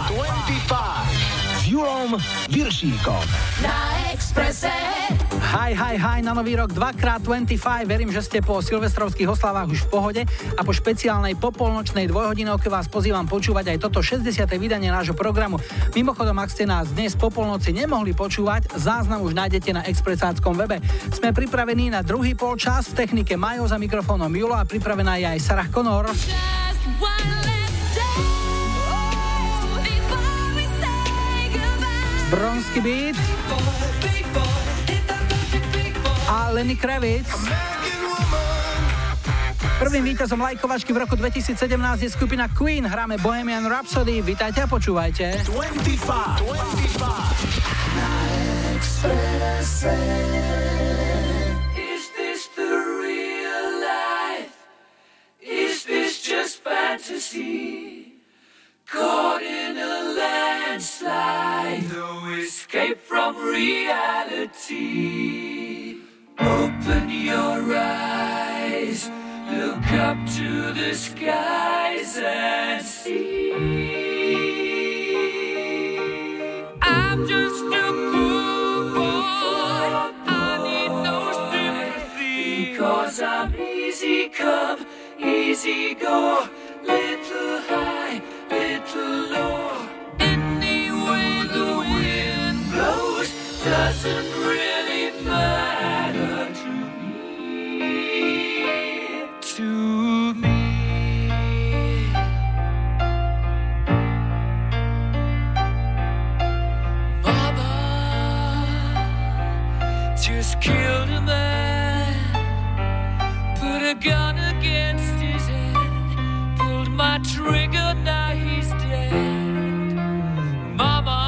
s Julom Viršíkom. Na Expresse. Hi, na nový rok 2x25. Verím, že ste po silvestrovských oslavách už v pohode a po špeciálnej popolnočnej dvojhodinovke vás pozývam počúvať aj toto 60. vydanie nášho programu. Mimochodom, ak ste nás dnes po polnoci nemohli počúvať, záznam už nájdete na expressáckom webe. Sme pripravení na druhý polčas, v technike Majo, za mikrofónom Julo a pripravená je aj Sarah Connor. Bronský beat a Lenny Kravitz. Prvým víťazom lajkovačky v roku 2017 je skupina Queen. Hráme Bohemian Rhapsody. Vítajte a počúvajte. 25. Na Expresse. Is this the real life? Is this just fantasy? Caught in a landslide, no escape from reality. Open your eyes, look up to the skies and see. I'm just a poor boy, I need no sympathy, because I'm easy come, easy go, little high, little low. Any way the wind blows doesn't really matter to me. To me. Mama just killed a man, put a gun against his head, pulled my trigger, now he's dead. Mama,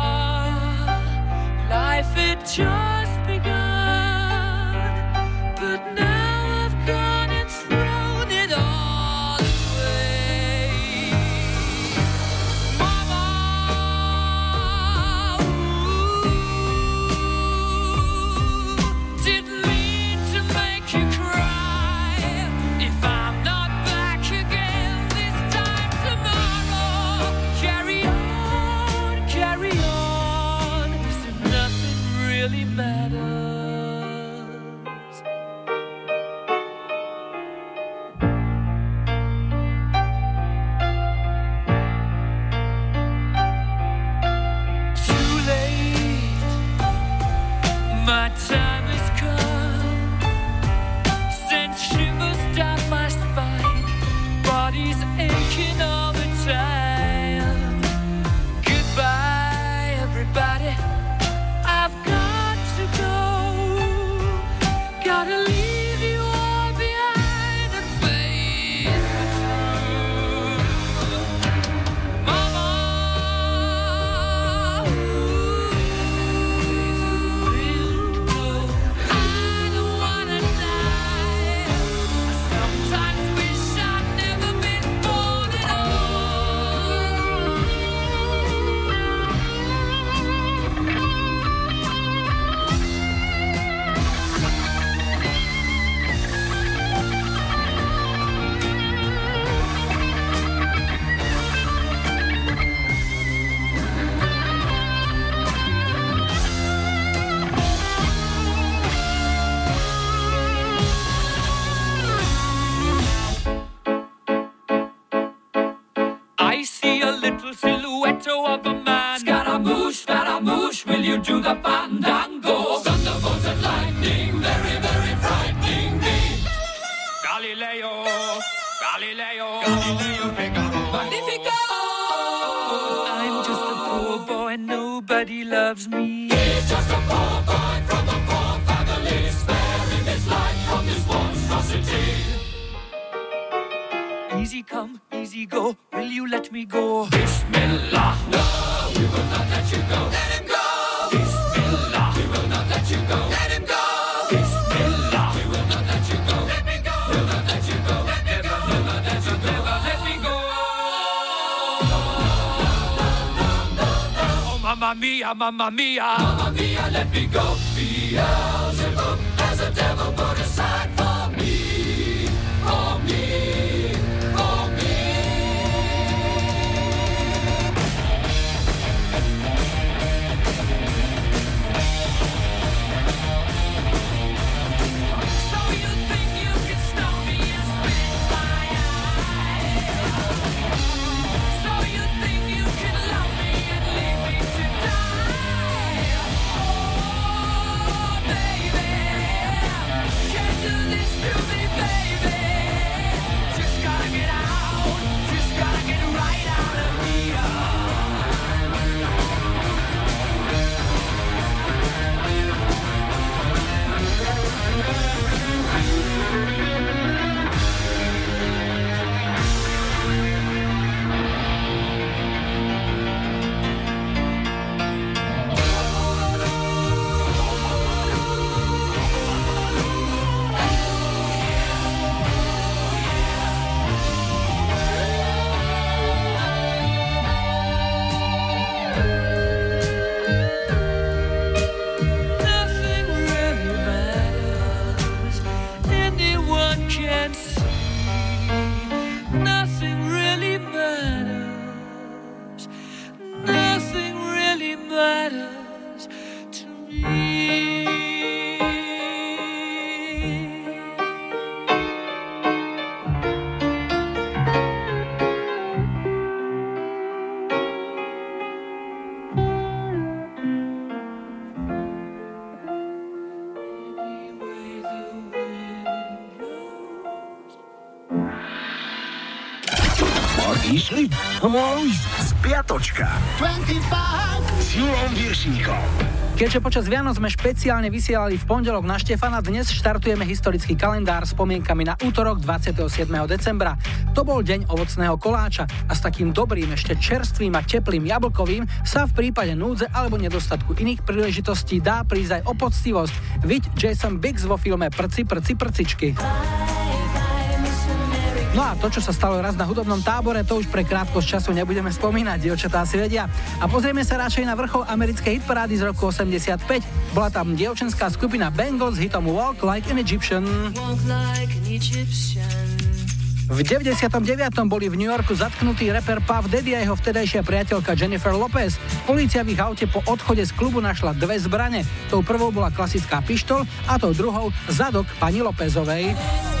life had just begun, but now I've gone and thrown it all away. Mama, didn't mean to make you cry. If I'm not back again this time tomorrow, carry on, as if nothing really matters. Too late, my time has come, sent shivers down my spine, body's aching all the time. Goodbye, everybody, I've got to go, gotta leave you all behind and face the truth. Mama, I don't wanna die. I sometimes wish I'd never been born at all. I see a little silhouette of a man. Scaramouche, will you do the fandango? Thunderbolt and lightning, very, very frightening me. Galileo, Figaro, Magnifico. I'm just a poor boy, nobody loves me. He's just a poor boy from a poor family, sparing his life from this monstrosity. Easy come, easy go, will you let me go? Bismillah, no, we will not let you go. Let him go. Bismillah, we will not let you go. Let him go. Bismillah, we will not let you go. Let me go. We'll not let you go. Let me go. We'll not let you go. Let me go. Oh, mamma mia, mamma mia. Mamma mia, let me go. Beelzebub has a devil put aside for me. For me. For me. Išli? Spiatočka 25 s Julom Viršíkom. Keďže počas Vianoc sme špeciálne vysielali v pondelok na Štefana, dnes štartujeme historický kalendár s spomienkami na útorok 27. decembra. To bol deň ovocného koláča a s takým dobrým, ešte čerstvým a teplým jablkovým sa v prípade núdze alebo nedostatku iných príležitostí dá prísť aj o poctivosť. Viď Jason Biggs vo filme Prci, prci, prcičky. No a to, čo sa stalo raz na hudobnom tábore, to už pre krátkosť času nebudeme spomínať, dievčatá si vedia. A pozrieme sa radšej na vrchol americkej hitparády z roku 85. Bola tam dievčenská skupina Bangles s hitom Walk Like an Egyptian. V 99. boli v New Yorku zatknutí rapper Puff Daddy a jeho vtedajšia priateľka Jennifer Lopez. Polícia v ich aute po odchode z klubu našla 2 zbrane. Tou prvou bola klasická pištoľ a tou druhou zadok pani Lopezovej.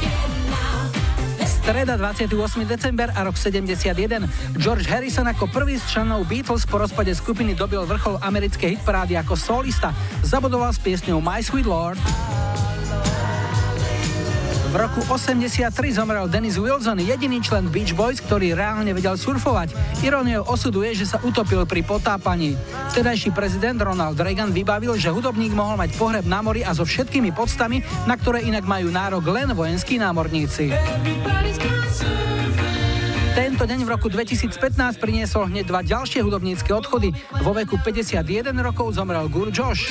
Streda 28. december a rok 71. George Harrison ako prvý z členov Beatles po rozpade skupiny dobil vrchol americkej hitparády ako solista. Zabodoval s piesňou My Sweet Lord. V roku 83 zomrel Dennis Wilson, jediný člen Beach Boys, ktorý reálne vedel surfovať. Iróniou osudu je, že sa utopil pri potápaní. Vtedajší prezident Ronald Reagan vybavil, že hudobník mohol mať pohreb na mori a so všetkými podstami, na ktoré inak majú nárok len vojenskí námorníci. Tento deň v roku 2015 priniesol hneď 2 ďalšie hudobnícke odchody. Vo veku 51 rokov zomrel Gur Josh.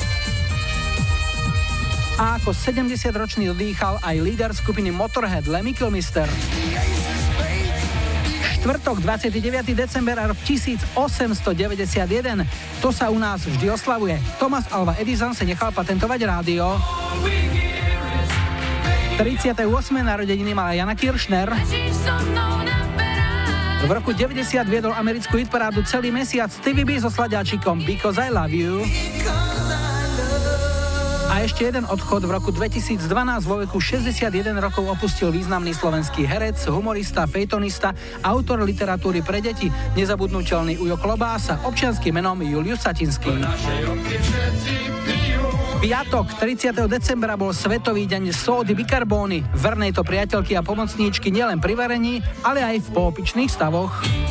A ako 70-ročný odýchal aj líder skupiny Motorhead Lemmy Kilmister. Štvrtok, 29. december a rok 1891. To sa u nás vždy oslavuje. Thomas Alva Edison si nechal patentovať rádio. 38. narodeniny mala Jana Kiršner. V roku 90 viedol americkú hitparádu celý mesiac Stevie B so sladiačikom Because I Love You. A ešte jeden odchod. V roku 2012 vo veku 61 rokov opustil významný slovenský herec, humorista, fejtonista, autor literatúry pre deti, nezabudnutelný Ujo Klobása, občianskym menom Julius Satinský. Piatok, 30. decembra bol Svetový deň sódy bikarbóny, vernej to priateľky a pomocníčky nielen pri varení, ale aj v poopičných stavoch.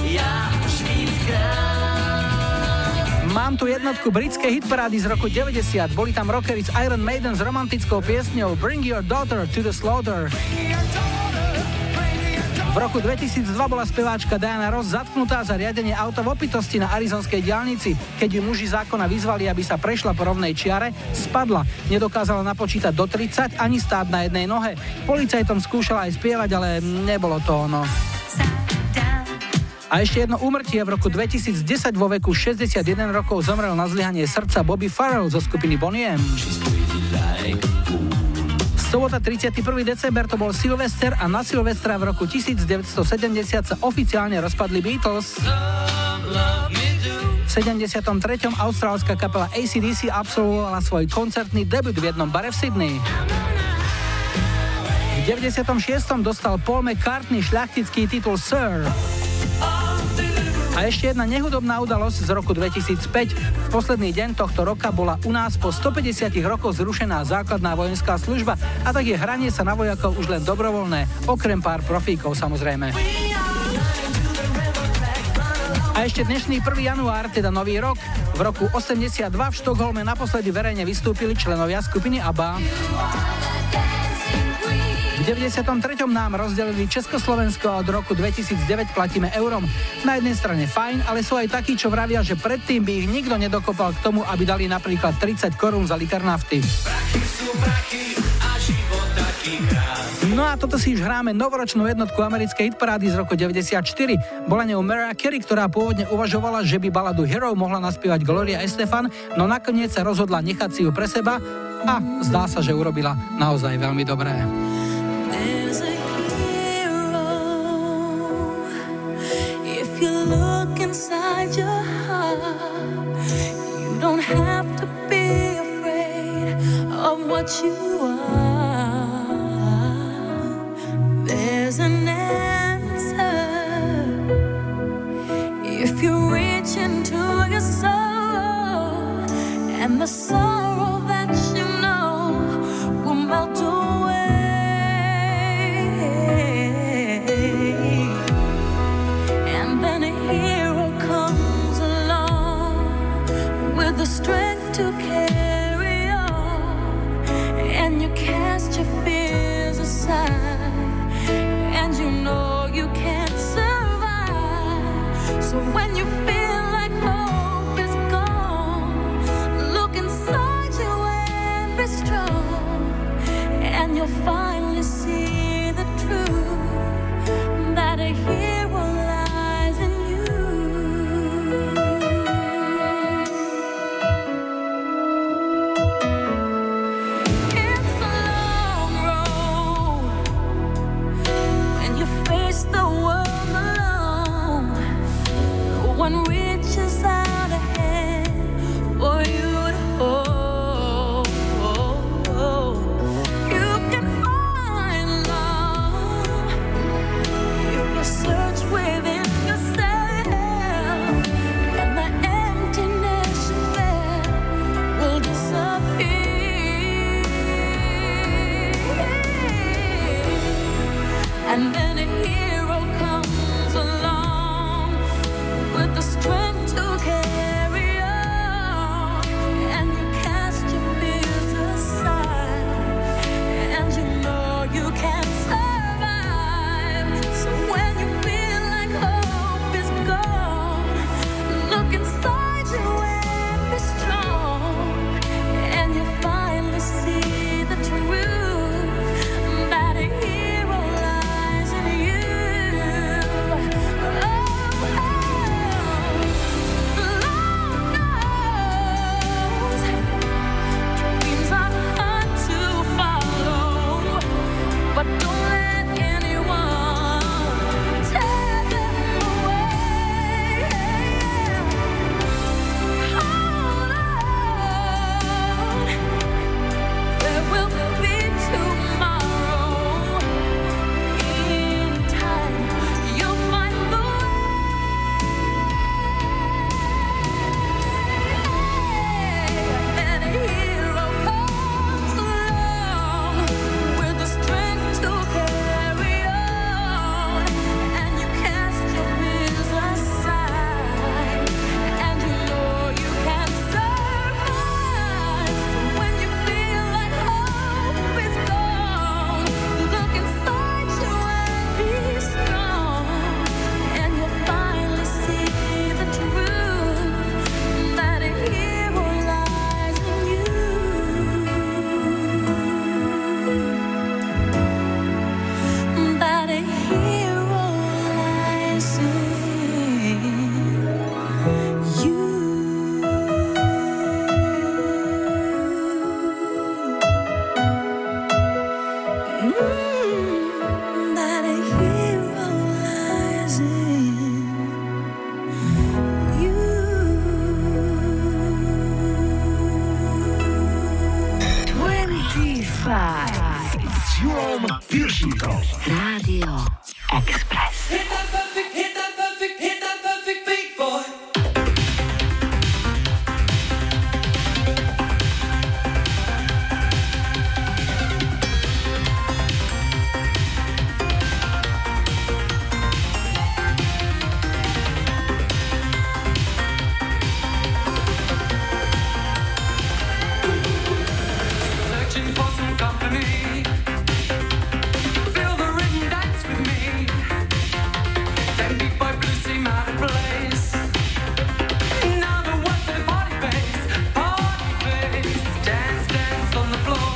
Mám tu jednotku britskej hitparády z roku 90. Boli tam rockery z Iron Maiden s romantickou piesňou Bring Your Daughter to the Slaughter. V roku 2002 bola speváčka Diana Ross zatknutá za riadenie auta v opitosti na arizonskej diaľnici. Keď ju muži zákona vyzvali, aby sa prešla po rovnej čiare, spadla. Nedokázala napočítať do 30 ani stáť na jednej nohe. Policajtom skúšala aj spievať, ale nebolo to ono. A ešte jedno úmrtie. V roku 2010 vo veku 61 rokov zomrel na zlyhanie srdca Bobby Farrell zo skupiny Bonnie M. Sobota 31. december to bol Silvester a na Silvestra v roku 1970 sa oficiálne rozpadli Beatles. V 73. austrálska kapela AC/DC absolvovala svoj koncertný debut v jednom bare v Sydney. V 96. dostal Paul McCartney šľachtický titul Sir. A ešte jedna nehudobná udalosť z roku 2005. V posledný deň tohto roka bola u nás po 150 rokoch zrušená základná vojenská služba a tak je hranie sa na vojakov už len dobrovoľné, okrem pár profíkov samozrejme. A ešte dnešný 1. január, teda nový rok. V roku 82 v Štokholme naposledy verejne vystúpili členovia skupiny ABBA. V 93. nám rozdelili Československo a od roku 2009 platíme eurom. Na jednej strane fajn, ale sú aj takí, čo vravia, že predtým by ich nikto nedokopal k tomu, aby dali napríklad 30 korún za liter nafty. No a toto si už hráme novoročnú jednotku americkej hitparády z roku 94. Bola ňou Mariah Carey, ktorá pôvodne uvažovala, že by baladu Hero mohla naspievať Gloria Estefan, no nakoniec sa rozhodla nechať si ju pre seba a zdá sa, že urobila naozaj veľmi dobré. You look inside your heart. You don't have to be afraid of what you are. There's an answer if you reach into your soul, and the sorrow that you know will melt away. you'll finally see the truth that a hero lies in you. It's a long road when you face the world alone. No one reaches out a hand for you to hold. You can find love if you search within yourself, and the emptiness you felt will disappear. And then a hero comes along with the strength to carry on, and you cast your fears aside, and you know you can survive. So when you feel like hope is gone, look inside you and be strong, and you finally see the truth that a hero lies in you. Dreams are hard to follow, but don't let anyone tear them away. Hold on, there will be tomorrow. In time, you'll find the and a hero comes along with the strength to carry on, and you cast your fears aside, and you know you can survive. So when you feel like hope is gone, look inside you and be strong, and you'll finally see the truth that a hero lies in you. That a hero lies in you. That a hero lies in you. S Julom Piršíkom. Rádio Express. Hit that perfect, hit that perfect, hit that perfect beat, boy. Searching for some company. Feel the rhythm dance with me. Then beat by blue seem out of place. Now the words of the party face, party face. Dance, dance on the floor.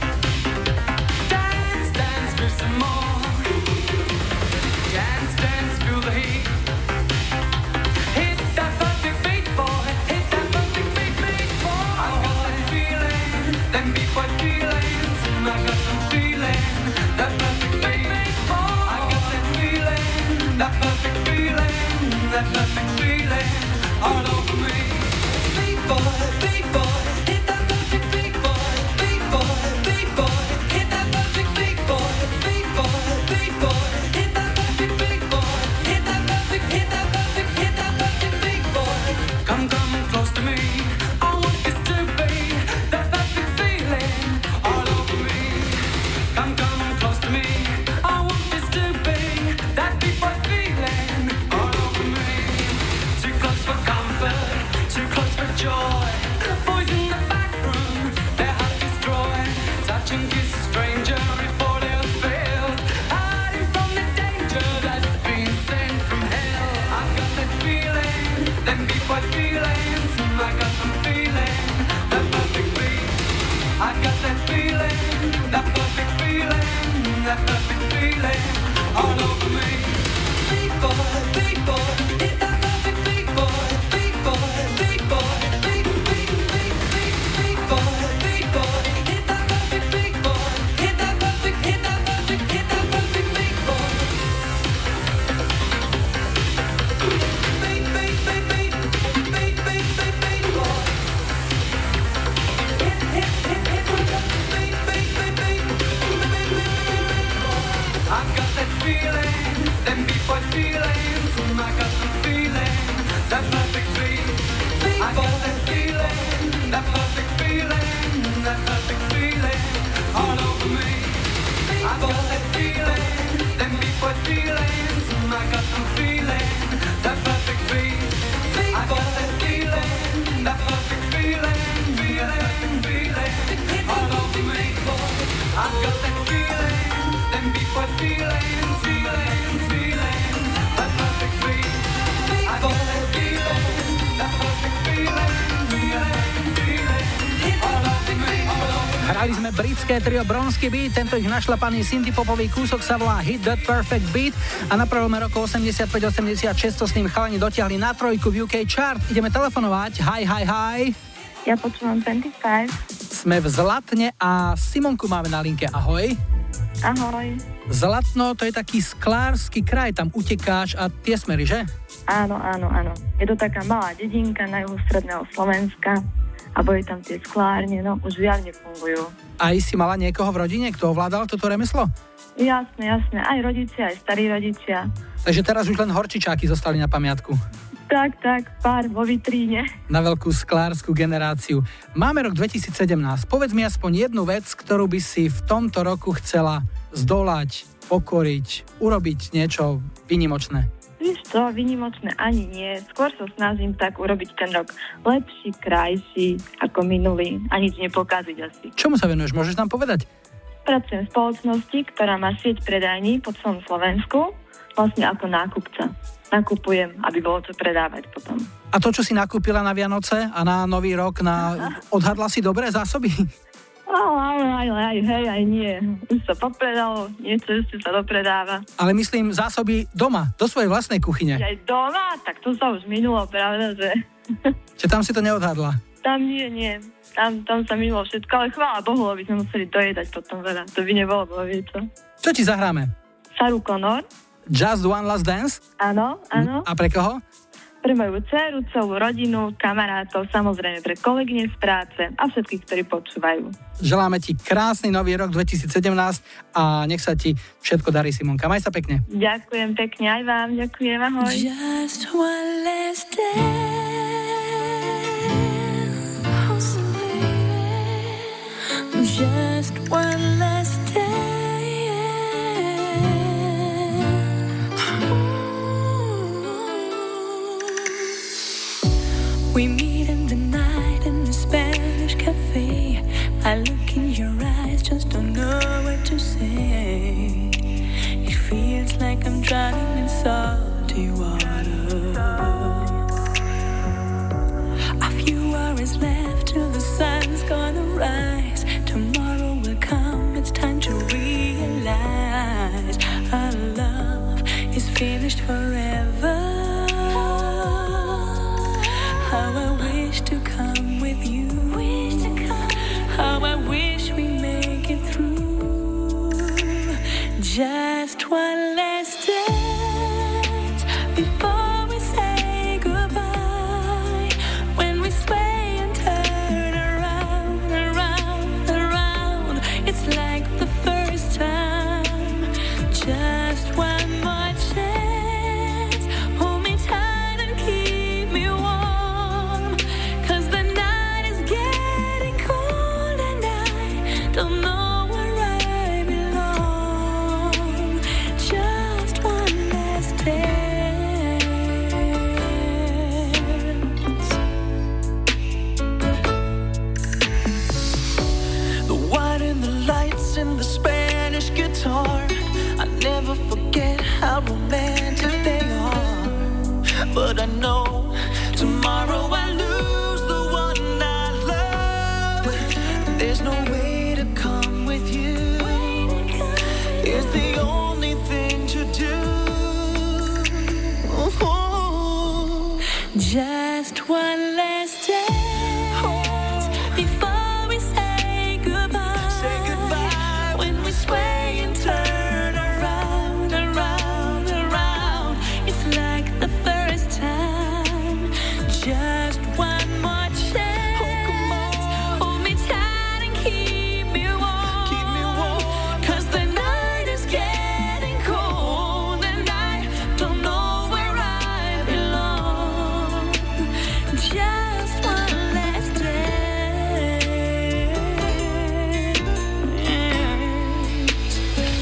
Dance, dance, do some more. Dance, dance, feel the heat. Hit that perfect beat, boy. Hit that perfect beat, beat, boy. I got that feeling, them beat by feelings. I got some feeling, that perfect beat, beat, boy. I got that feeling, that perfect feeling, that perfect feeling all over me. Beat boy, hit that perfect beat, boy. Beat boy, hit that perfect beat, boy. Beat boy, hit that perfect beat, boy. Hit that perfect, hit that perfect, hit that perfect beat, boy. Come close to me. I want this to be that perfect feeling all over me. Come close to me. I want this to be that beat boy feeling all over me. Too close for comfort, too close for joy. Boys in the back room, their hearts destroyed. Touch and kiss a stranger before they fail. Hiding from the danger that's been sent from hell. I've got that feeling, them beat boy feelings. I got some feeling, that perfect beat. I got that feeling, that perfect feeling. feeling, them big boy feelings. I got the feeling, that perfect dream. I got that feeling, that perfect feeling, all over me. I got that feeling, them big boy feelings. I got the feeling, that perfect dream. I got that feeling, that perfect feeling, all over me. I got that feeling, them big boy feelings, that perfect dream. I got that feeling, that perfect feeling, all over me. Hrali sme britské trio Bronský Beat, tento ich našlapaný synthpopový kúsok sa volá Hit That Perfect Beat a na prelome roku 85-86 to s ním chalani dotiahli na trojku v UK chart. Ideme telefonovať. Hi. Ja počúvam 25. Sme v Zlatne a Simonku máme na linke. Ahoj. Ahoj. Zlatno, to je taký sklársky kraj, tam utekáš a tie smery, že? Áno. Je to taká malá dedinka na juhu stredného Slovenska a boli tam tie sklárne, no už viac nefungujú. Aj si mala niekoho v rodine, kto ovládal toto remeslo? Jasné, aj rodičia, aj starí rodičia. Takže teraz už len horčičáky zostali na pamiatku. Tak, pár vo vitríne. Na veľkú sklárskú generáciu. Máme rok 2017. Povedz mi aspoň jednu vec, ktorú by si v tomto roku chcela zdolať, pokoriť, urobiť niečo výnimočné. Víš čo, výnimočné ani nie. Skôr sa snažím tak urobiť ten rok lepší, krajší ako minulý a nič nepokaziť asi. Čomu sa venuješ, môžeš nám povedať? Pracujem v spoločnosti, ktorá má sieť predajní po celom Slovensku, vlastne ako nákupca. Nakupujem, aby bolo čo predávať potom. A to, čo si nakúpila na Vianoce a na Nový rok, odhadla si dobré zásoby? Aj nie. Už sa popredalo, niečo ešte sa dopredáva. Ale myslím zásoby doma, do svojej vlastnej kuchyne. Aj doma? Tak to sa už minulo, pravda, že... Čiže tam si to neodhadla? Tam nie. Tam sa minulo všetko, ale chvála Bohu, aby sme museli dojedať potom veľa. To by nebolo čo. Čo ti zahráme? Sarah Connor. Just One Last Dance? Áno. A pre koho? Pre moju dceru, celú rodinu, kamarátov, samozrejme pre kolegyne z práce a všetkých, ktorí počúvajú. Želáme ti krásny nový rok 2017 a nech sa ti všetko darí, Simonka. Maj sa pekne. Ďakujem pekne, aj vám. Ďakujem, ahoj. Just one last dance, just one last dance. We meet in the night in the Spanish cafe. I look in your eyes, just don't know what to say. It feels like I'm drowning in salty water. A few hours left till the sun's gonna rise. Tomorrow will come, it's time to realize our love is finished forever. How I wish to come with you. How I wish we make it through. Just one last dance before we say goodbye. When we sway and turn around, it's like the first time. Just one more chance. Hold me tight and keep me warm. Don't know where I belong. Just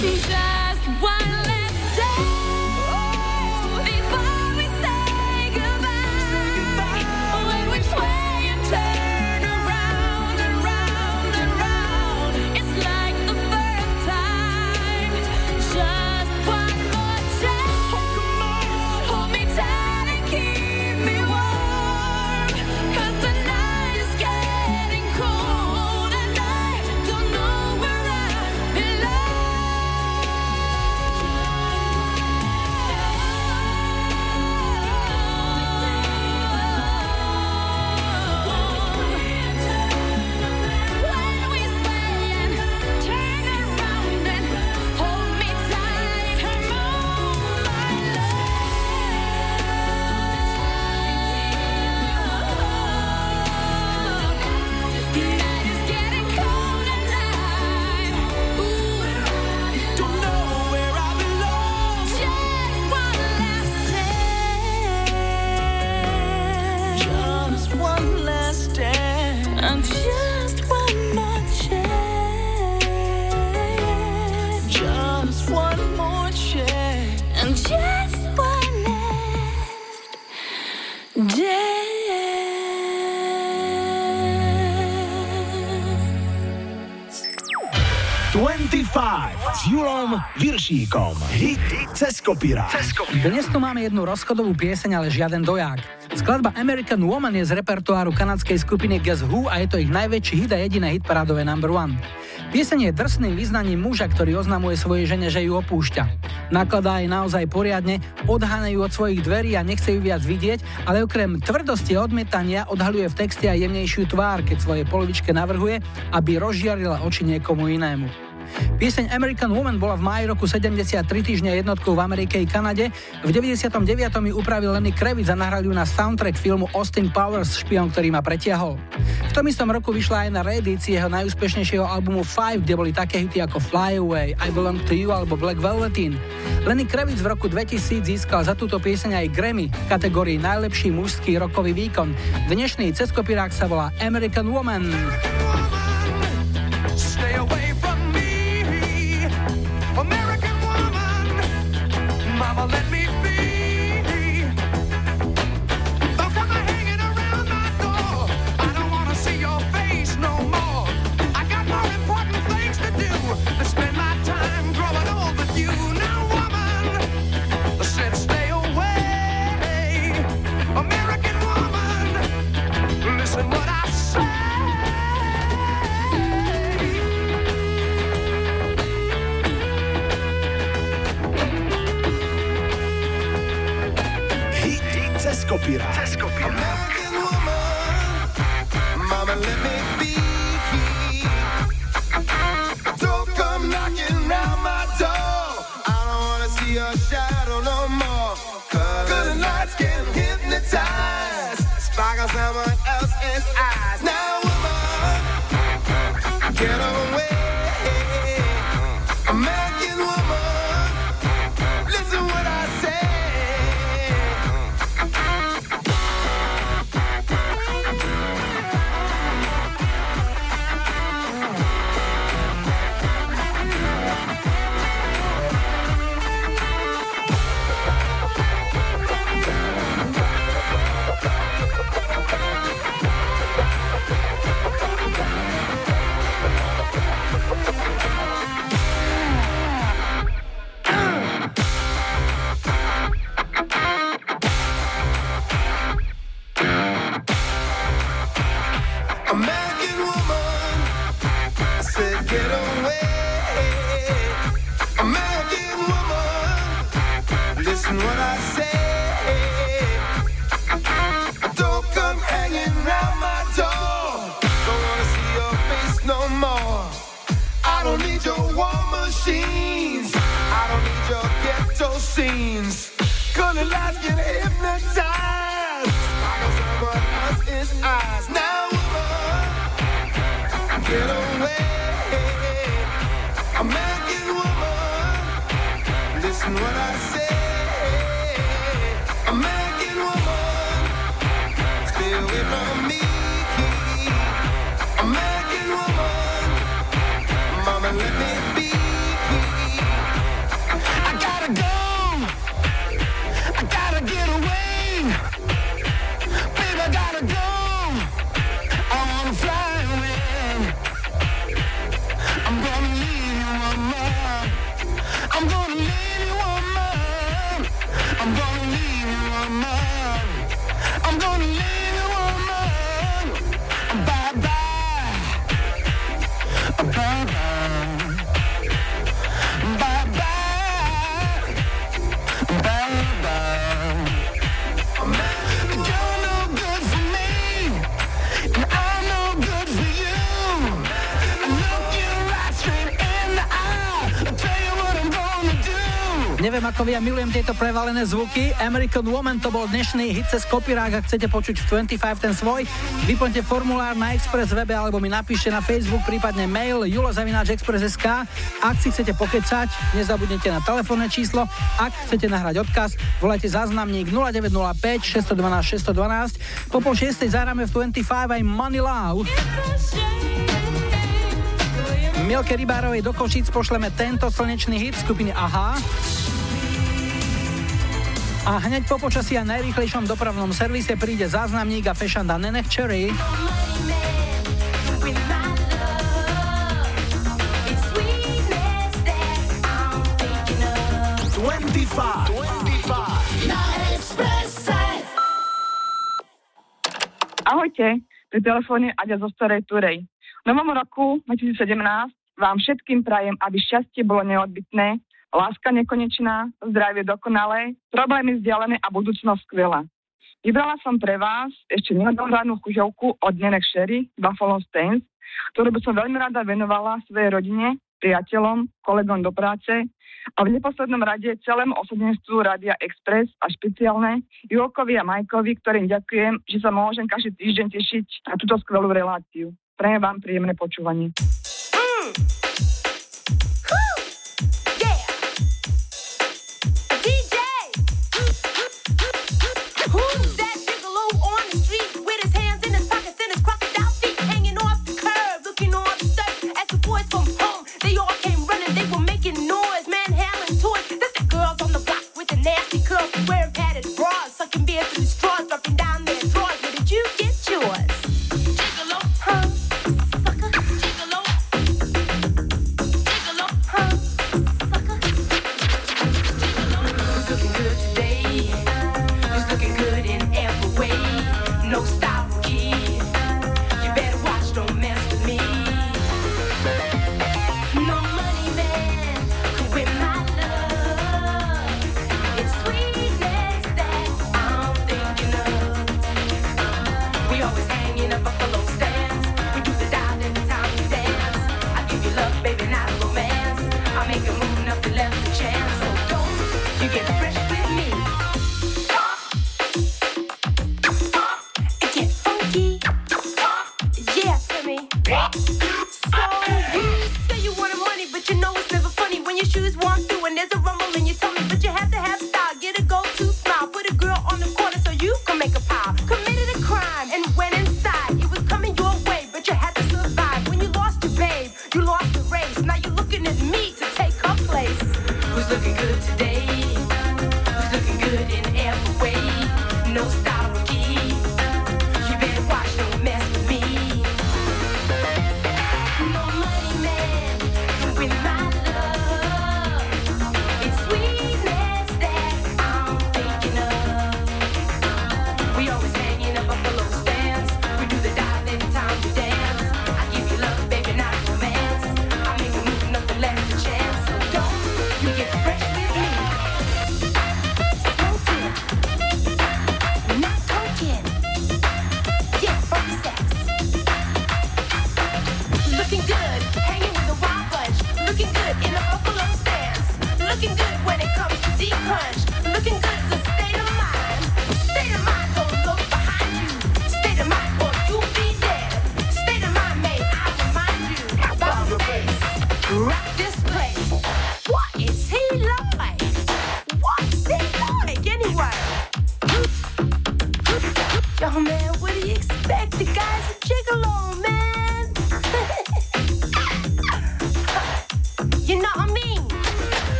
Just one last dance before we say goodbye. When we sway and turn around and round and round, it's like the first time. Just one more chance. Hold me tight and keep me warm. 'Cause the night is getting cold and I don't know where I belong. When we sway and turn around and hold me tight, come on, my love. The night is getting cold and I don't know where I belong. Just one last dance. Just one last dance. And just one more chance. Just one more chance. And just one last dance. 25 s Julom Viršíkom. Hit cez kopirát. Dnes tu máme jednu rozchodovú pieseň, ale žiaden doják. Skladba American Woman je z repertoáru kanadskej skupiny Guess Who a je to ich najväčší hit a jediné hitparádové number one. Pieseň je drsným vyznaním muža, ktorý oznamuje svojej žene, že ju opúšťa. Nakladá jej naozaj poriadne, odháňa ju od svojich dverí a nechce ju viac vidieť, ale okrem tvrdosti a odmietania odhaľuje v texte aj jemnejšiu tvár, keď svojej polovičke navrhuje, aby rozžiarila oči niekomu inému. Pieseň American Woman bola v máji roku 73 týždňa jednotkou v Amerike i Kanade. V 99. ju upravil Lenny Kravitz a nahral ju na soundtrack filmu Austin Powers, špion, ktorý ma pretiahol. V tom istom roku vyšla aj na reedícii jeho najúspešnejšieho albumu Five, kde boli také hity ako Fly Away, I Belong to You alebo Black Velveteen. Lenny Kravitz v roku 2000 získal za túto pieseň aj Grammy v kategórii najlepší mužský rockový výkon. Dnešný ceskopirák sa volá American Woman. Stay away from me, American woman. Mama, let me be. Don't come hanging around my door. I don't wanna see your face no more. I got more important things to do than spend my time growing old with you. Now, woman, I said stay away, American woman. Listen what I say. Cez kopirát. American woman, mama, let me be. Don't come knocking round my door. I don't wanna see your shadow no more. Good nights can hypnotize, sparkle someone else's eyes. Now, woman, get away. American woman, listen what I say. American woman, I said get away. American woman, listen what I say. Don't come hanging round my door. Don't wanna see your face no more. I don't need your war machines. I don't need your ghetto scenes. Gonna lies get hypnotized. Sparkle someone else's eyes. Now, woman, get away. American woman, listen what I say. American woman, stay away from me. American woman, mama, let me be. Neviem ako vy, ja milujem tieto prevalené zvuky. American Woman to bol dnešný hit cez kopírák. Ak chcete počuť v 25 ten svoj, vyplňte formulár na Express webe alebo mi napíšte na Facebook, prípadne mail julo@express.sk. Ak si chcete pokecať, nezabudnite na telefónne číslo. Ak chcete nahrať odkaz, volajte záznamník 0905 612 612. Po 5:30 zahráme v 25 aj Money Love. Milke Rybárovej do Košíc pošleme tento slnečný hit skupiny Aha. A hneď po počasí a najrýchlejšom dopravnom servise príde záznamník a fešanda Neneh Cherry. Ahojte, pri telefóne Aďa zo Starej Turej. V novom roku 2017 vám všetkým prajem, aby šťastie bolo neodbytné, láska nekonečná, zdravie dokonalé, problémy vzdialené a budúcnosť skvelá. Vybrala som pre vás ešte neodohranú chuťovku od Neneh Cherry, Buffalo Stance, ktorú by som veľmi rada venovala svojej rodine, priateľom, kolegom do práce a v neposlednom rade celému osadenstvu Rádia Express a špeciálne Julkovi a Majkovi, ktorým ďakujem, že sa môžem každý týždeň tešiť na túto skvelú reláciu. Prajem vám príjemné počúvanie.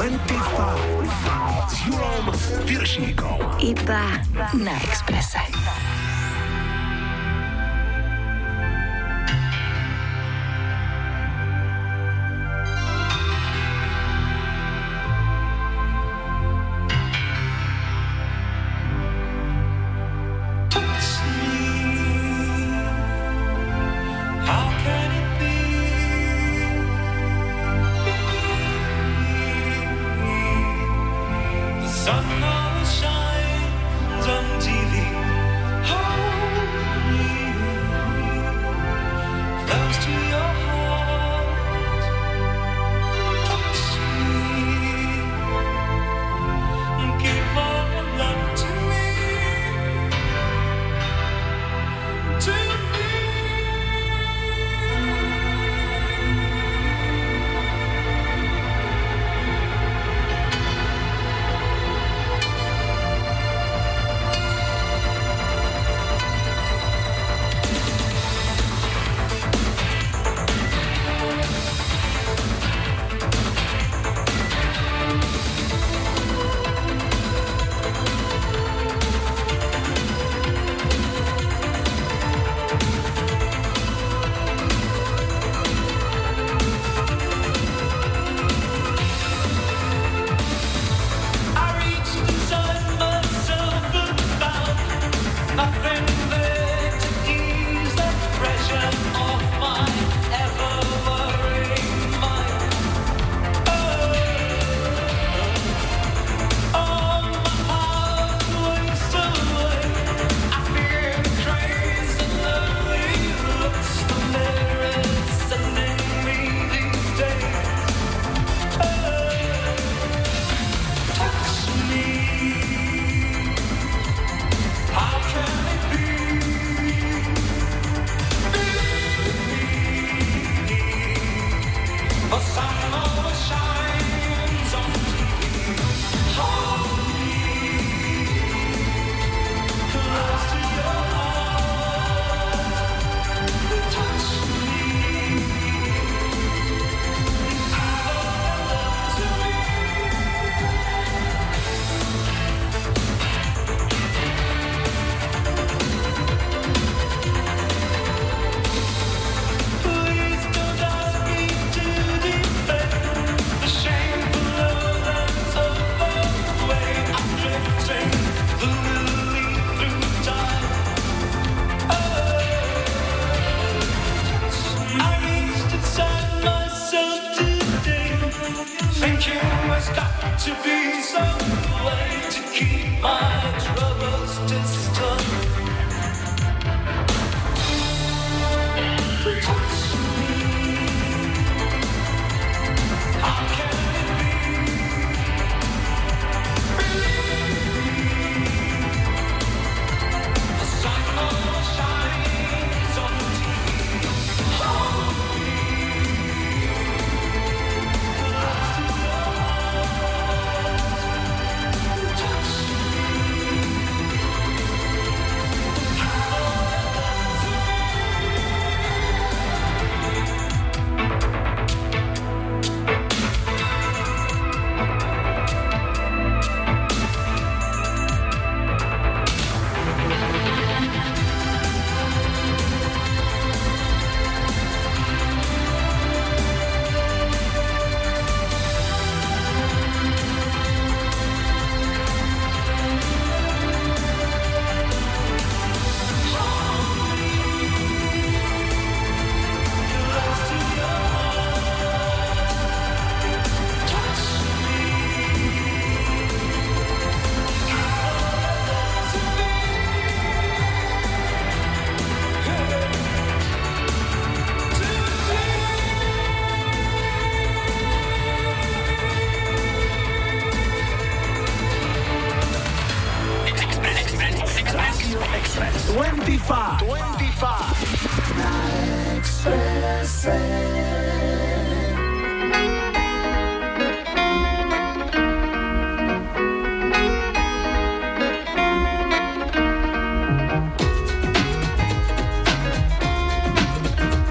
25 s Julom Piršíkom. Iba na Expresse.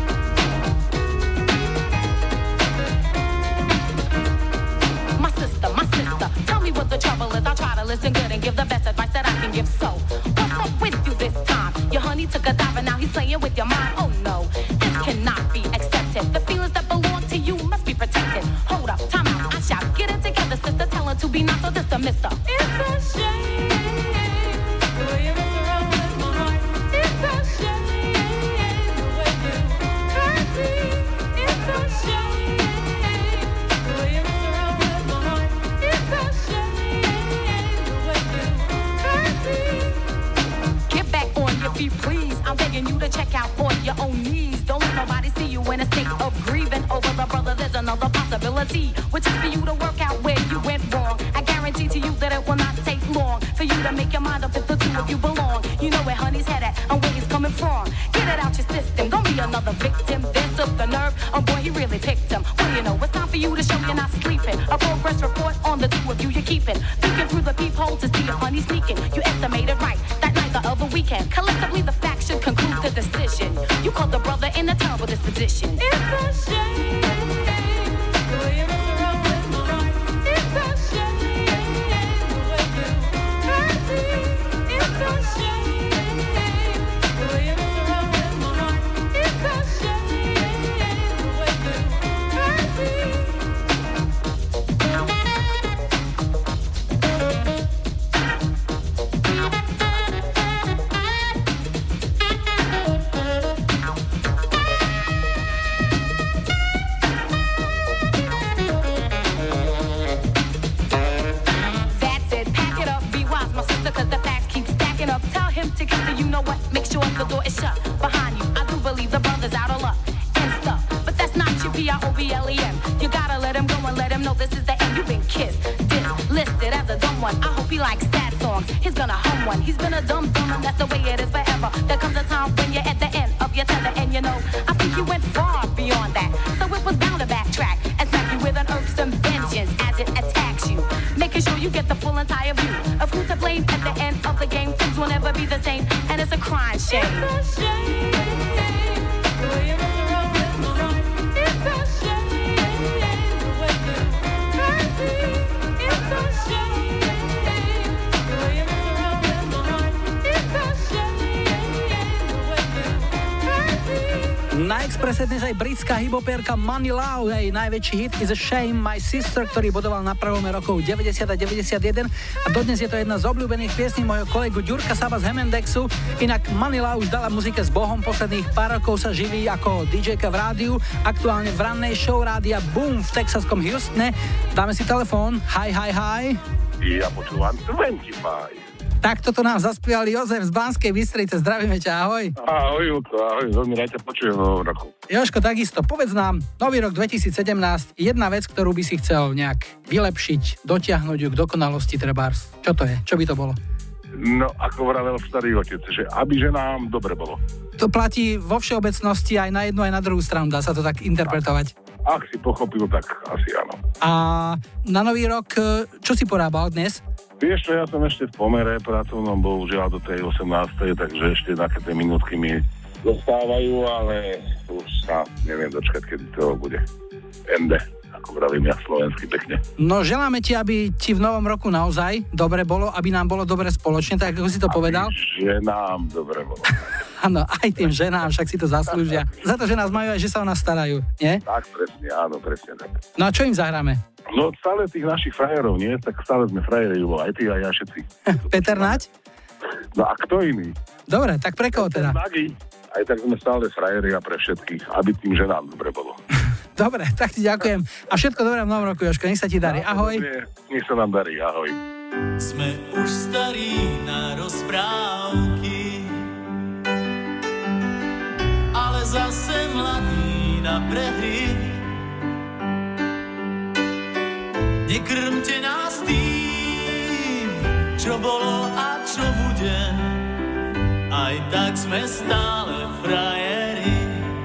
My sister mister. It's a shame the way you mess around with my heart. It's a shame the way you hurt me. It's a shame the way you mess around with my heart. It's a shame the way you hurt me. Get back on your feet, please. I'm begging you to check out on your own knees. Don't let nobody see you in a state of grieving over the brother. There's another possibility, which is for you to work out where you went wrong. I guarantee to you that it will not take long for you to make your mind up if the two of you belong. You know where honey's head at and where he's coming from. Get it out your system, don't be another victim. This took the nerve, oh boy, he really picked him. What do you know, it's time for you to show you're not sleeping. A progress report on the two of you you're keeping. Peeking through the peephole to see if honey's sneaking. You estimated right, that night the other weekend. Collectively the facts should conclude the decision. You caught the brother in a terrible disposition. It's a shame the way you mess around with my heart. It's a shame the way you hurt me. It's a shame the way you mess around with my heart. It's a shame the way you hurt me. To get the you know what, make sure the door is shut behind you. I do believe the brother's out of luck and stuff, but that's not your PROBLEM. You gotta let him go and let him know this is the end. You've been kissed, listed as a dumb one. I hope he likes sad songs. He's gonna hum one. He's been a dumb and that's the way it is forever. There comes a time when you're at the end of your tether, and you know I think you went far beyond that. So it was bound to backtrack and smack you with an irksome vengeance as it attacks you, making sure you get the full entire view of who's to blame at the end of the game. Things will never be the same, and it's a crying shame. It's a shame the way you mess around with my heart. It's a shame the way you hurt me. It's a shame the way you mess around with my heart. It's a shame the way you hurt me. Na Expresse dnes aj britská hipopierka Money Lau, jej najväčší hit Is a Shame, My Sister, ktorý bodoval na prelome rokov 90 a 91 a dodnes je to jedna z obľúbených piesní môjho kolegu Ďurka Saba z Hemendexu. Inak Money Lau už dala muzike s Bohom, posledných pár rokov sa živí ako DJ-ka v rádiu, aktuálne v rannej show rádia Boom v texaskom Houstone. Dáme si telefón. Hi. Ja počúvam 25. Tak toto nám zaspieval Jozef z Banskej Bystrice. Zdravíme ťa, ahoj. Ahoj, Julko, ahoj, veľmi rád ťa počujem v novom roku. Jožko, takisto, povedz nám, nový rok 2017, jedna vec, ktorú by si chcel nejak vylepšiť, dotiahnuť ju k dokonalosti trebárs. Čo to je? Čo by to bolo? No, ako vravel starý otec, že aby ženám dobre bolo. To platí vo všeobecnosti aj na jednu, aj na druhú stranu, dá sa to tak interpretovať. Ak si pochopil, tak asi áno. A na nový rok, čo si porábal dnes? Vieš čo, ja som ešte v pomere pracovnom, bohužiaľ do tej 18. takže ešte také tie minútky mi dostávajú, ale už sa neviem dočkať, kedy to bude. Ende, ako vravím ja slovensky pekne. No želáme ti, aby ti v novom roku naozaj dobre bolo, aby nám bolo dobre spoločne, tak ako si to povedal. Ženám dobre bolo. Áno, aj tým ženám, však si to zaslúžia. Za to, že nás majú aj, že sa o nás starajú, nie? Tak, presne, áno, presne tak. No a čo im zahráme? No stále tých našich frajerov, nie? Tak stále sme frajeri, aj ty a ja všetci. Peter Naď? No a kto iný? Dobre, tak pre koho teda? Aj tak sme stále frajeri a pre všetkých, aby tým ženám dobre bolo. Dobre, tak ti ďakujem. A všetko dobré v novom roku, Jožko, nech sa ti darí. Ahoj. Nech sa nám darí, ahoj. Sme už starí na rozprávky, ale zase mladí na prehry. Nekrmte nás tým, čo bolo a čo bude, aj tak sme stále frajeri.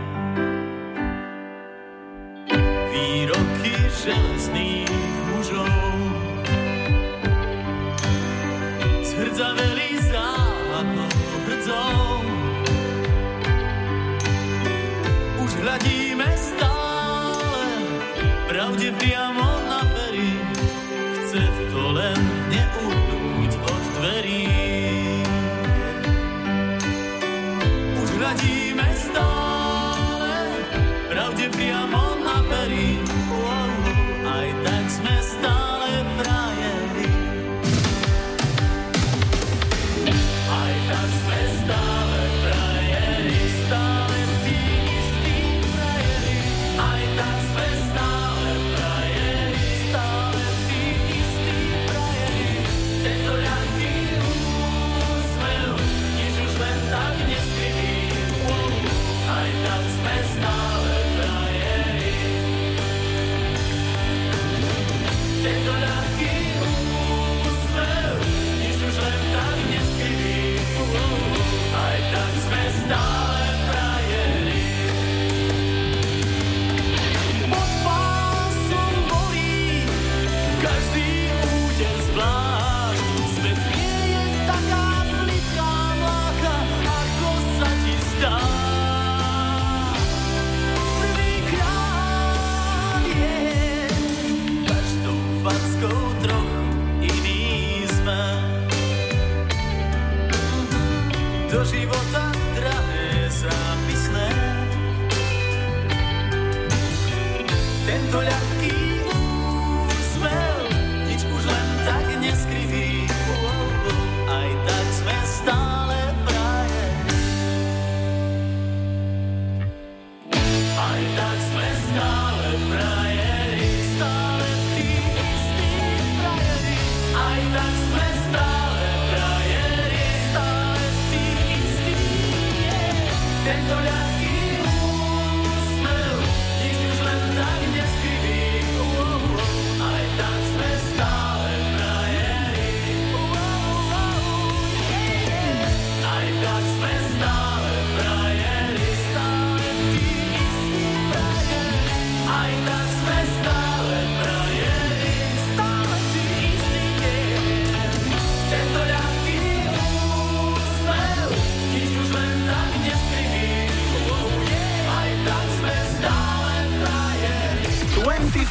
Výroky železných mužov zhrdzaveli záhadnou hrdzou. Už hľadíme stále pravde priamo na pery, chce to len neuhnúť od dverí. Už hľadíme stále pravde priamo na pery, aj tak sme stále frajeri.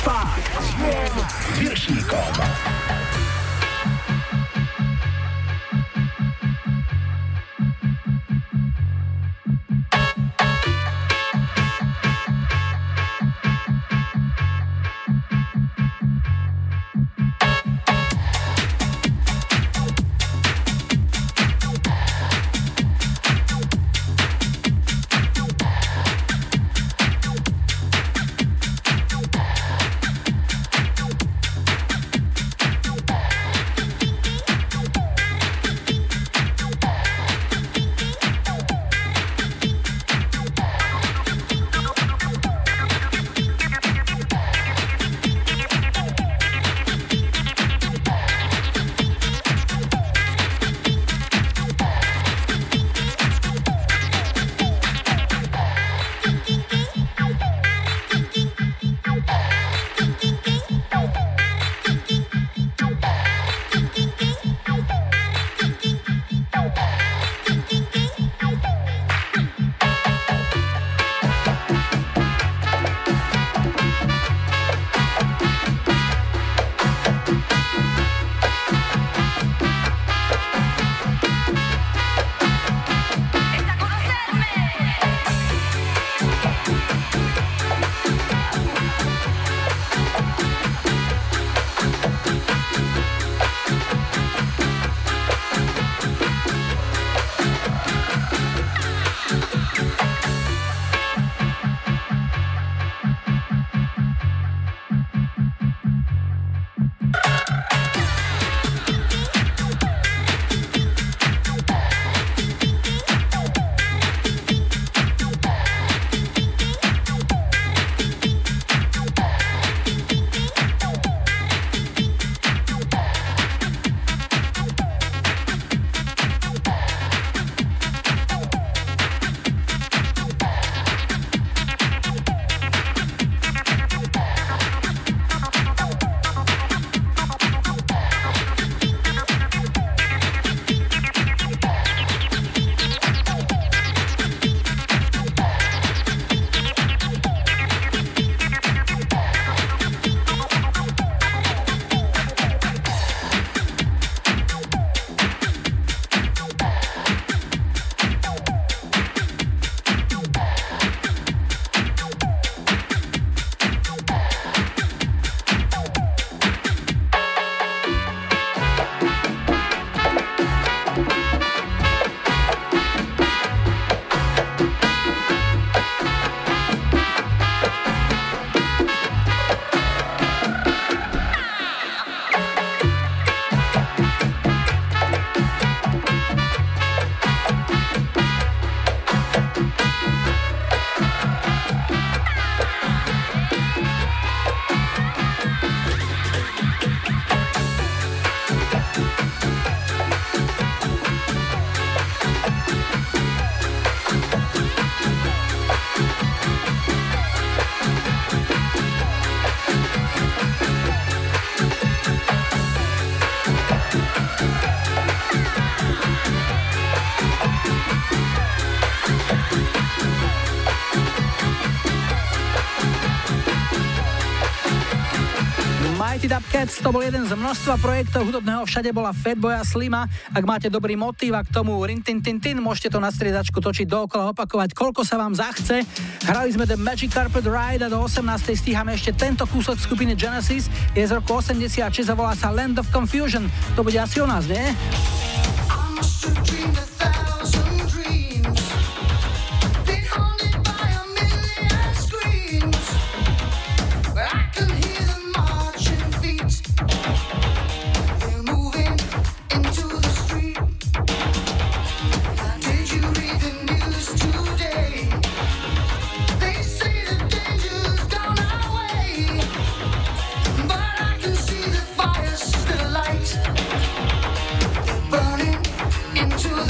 Fakt s Viršíkom. Mighty Dub Cats to bol jeden z množstva projektov hudobného Všade bola Fatboya Slima. Ak máte dobrý motív a k tomu rin tin tin tin, môžete to na striedačku točiť dookola, opakovať, koľko sa vám zachce. Hrali sme The Magic Carpet Ride a do 18. stíhame ešte tento kúsok skupiny Genesis. Je z roku 86 a volá sa Land of Confusion. To bude asi o nás, nie? Into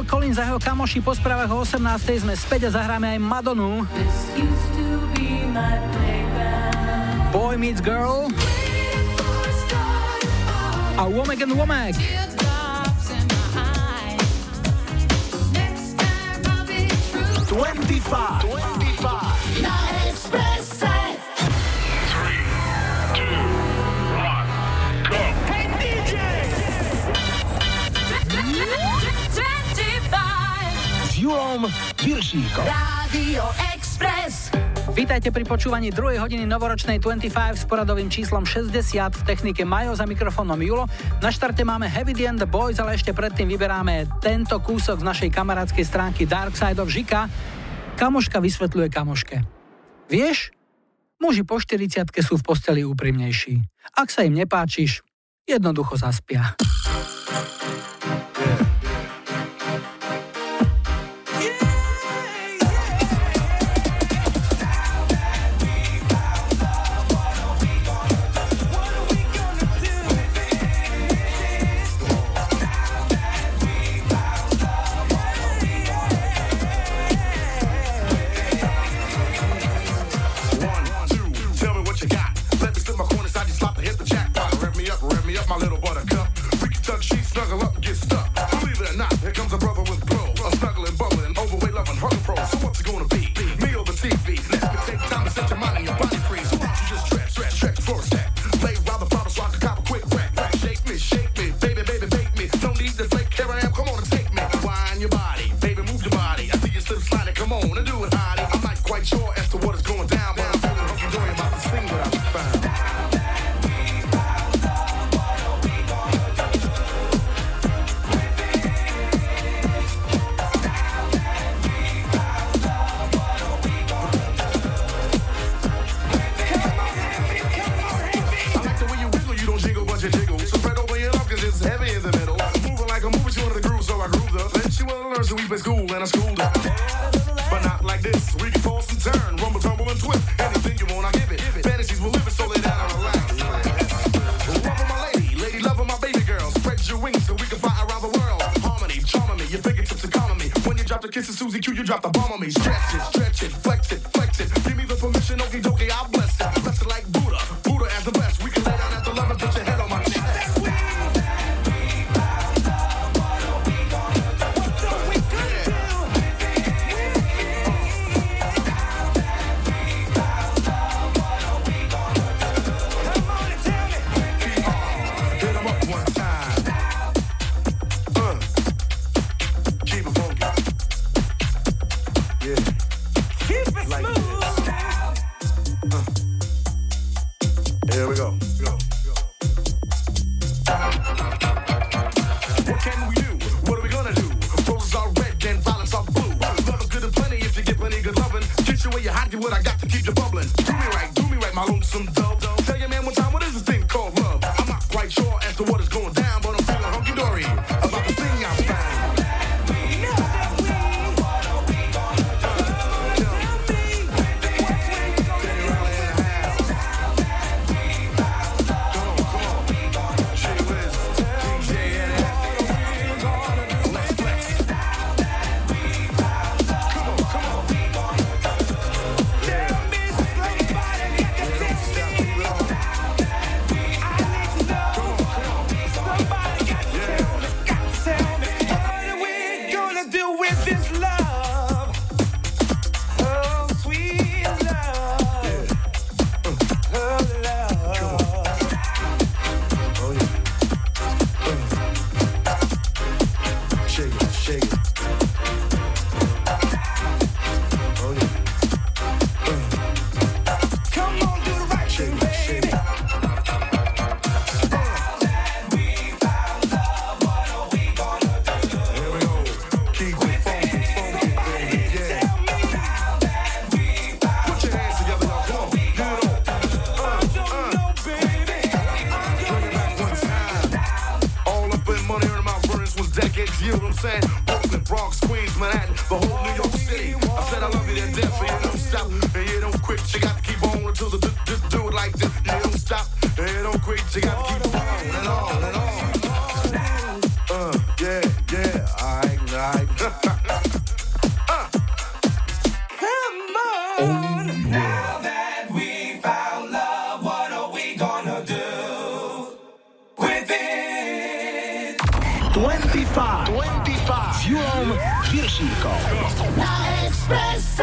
Collins a jeho kamoši po správach o 18. sme späť a zahráme aj Madonu. Boy Meets Girl a Womack and Womack. 25 na Expresse. 3, 2, 1, go! Hey DJ! 25 S Julom Viršíkom. Rádio Express. Vítajte pri počúvaní 2. hodiny novoročnej 25 s poradovým číslom 60, v technike Majo, za mikrofónom Julo. Na štarte máme Heavy D and the Boys, ale ešte predtým vyberáme tento kúsok z našej kamarádskej stránky Dark Side of Žika. Kamoška vysvetľuje kamoške. Vieš, muži po 40-ke sú v posteli úprimnejší. Ak sa im nepáčiš, jednoducho zaspia. My little buttercup, we can tuck sheets, snuggle up and get stuck. Believe it or not, here comes a brother with glow, a snuggling, bubbling, overweight, loving, hunger pro. So what's it gonna be? Me or the TV? Let me take time to set your mind and your body free. So why don't you just stretch the floor stack, lay around the bottle so I can cop a quick rack. Shake me, baby, bake me. No need to fake, here I am, come on and take me. Wind your body, baby, move your body. I see you slip sliding, come on and do it, honey. I'm not quite sure as to what is going down, but I'm feeling hunky-dory about this thing that I just found. So we've been school and I schooled her, but not like this. We can toss and turn, rumble, tumble, and twist. Anything you want, I give it. Fantasies will live it, so lay down and relax. Love my lady, love my baby girl. Spread your wings so we can fly around the world. Harmony, charming me, your fingertips are calming me. When you drop the kisses, Susie Q, you drop the bomb on me. Stretch it, flex it. Give me the permission, okie dokie, I'll bless it. Bless it like Buddha as the best. We can lay down after love and put your head on my chest. What I got to keep you bubbling. Do me right, my lonesome dove. Tell your man one time, what is this thing called love? I'm not quite sure as to what is going down, but I'm feeling hunky-dory about the thing I found. Come on. Viršíkom Na Expresse.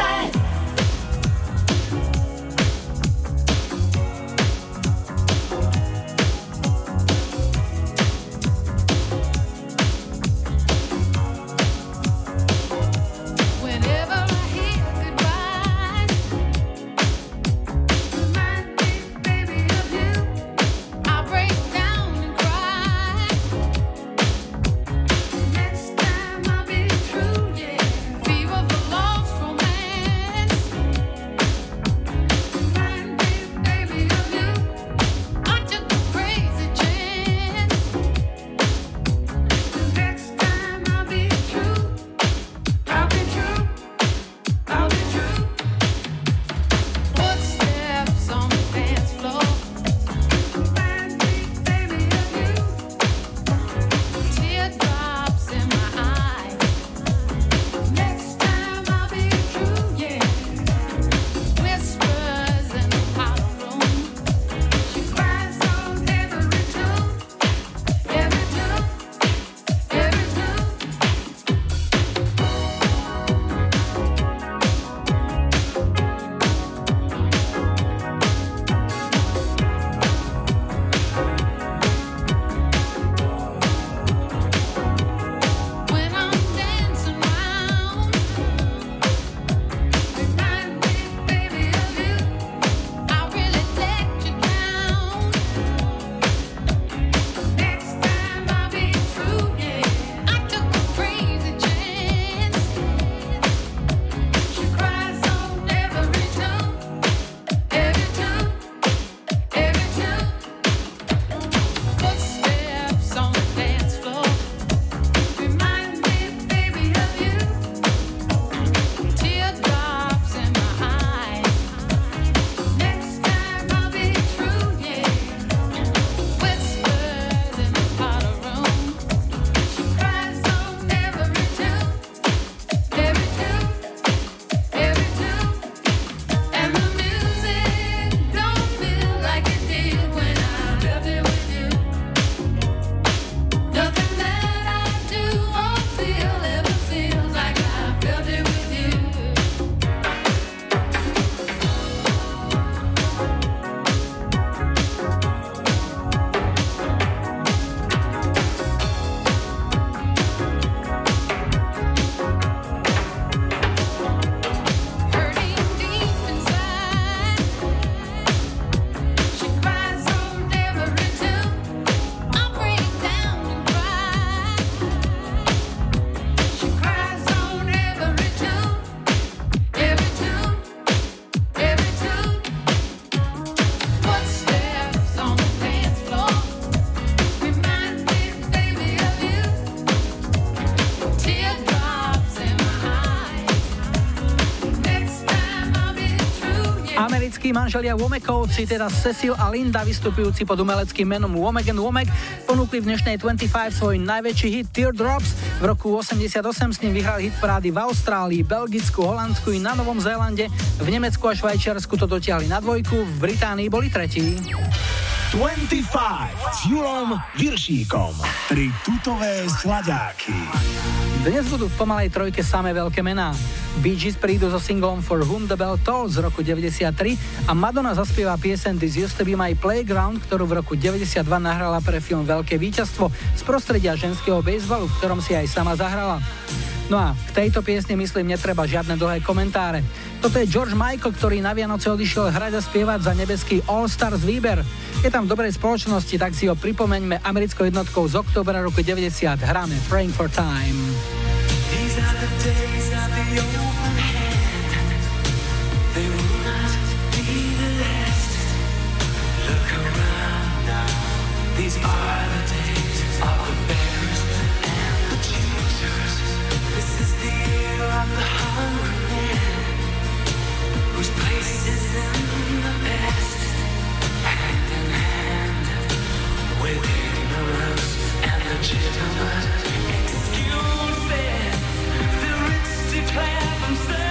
Americkí manželia Womakovci, teda Cecil a Linda, vystupujúci pod umeleckým menom Womack & Womack, ponúkli v dnešnej 25 svoj najväčší hit Teardrops. V roku 88 s ním vyhrali hit parády v Austrálii, Belgicku, Holandsku i na Novom Zélande. V Nemecku a Švajčiarsku to dotiahli na dvojku, v Británii boli tretí. 25 s Julom Viršíkom. Tri tutové sladáky. Dnes budú v pomalej trojke samé veľké mená. Bee Gees prídu so singlom For Whom the Bell Tolls z roku 93 a Madonna zaspieva pieseň This Used to Be My Playground, ktorú v roku 92 nahrala pre film Veľké víťazstvo z prostredia ženského bejsbalu, v ktorom si aj sama zahrala. No a k tejto piesni, myslím, netreba žiadne dlhé komentáre. Toto je George Michael, ktorý na Vianoce odišiel hrať a spievať za nebeský All Stars výber. Je tam v dobrej spoločnosti, tak si ho pripomeňme americkou jednotkou z októbra roku 90. Hráme Praying for Time. These are the days of the open hand. They will not be the last. Look around now. These are the days of the beggars and the choosers. This is the year of the hungry man, whose place is in the past. Hand in hand with ignorance and legitimate excuses. The rich declare themselves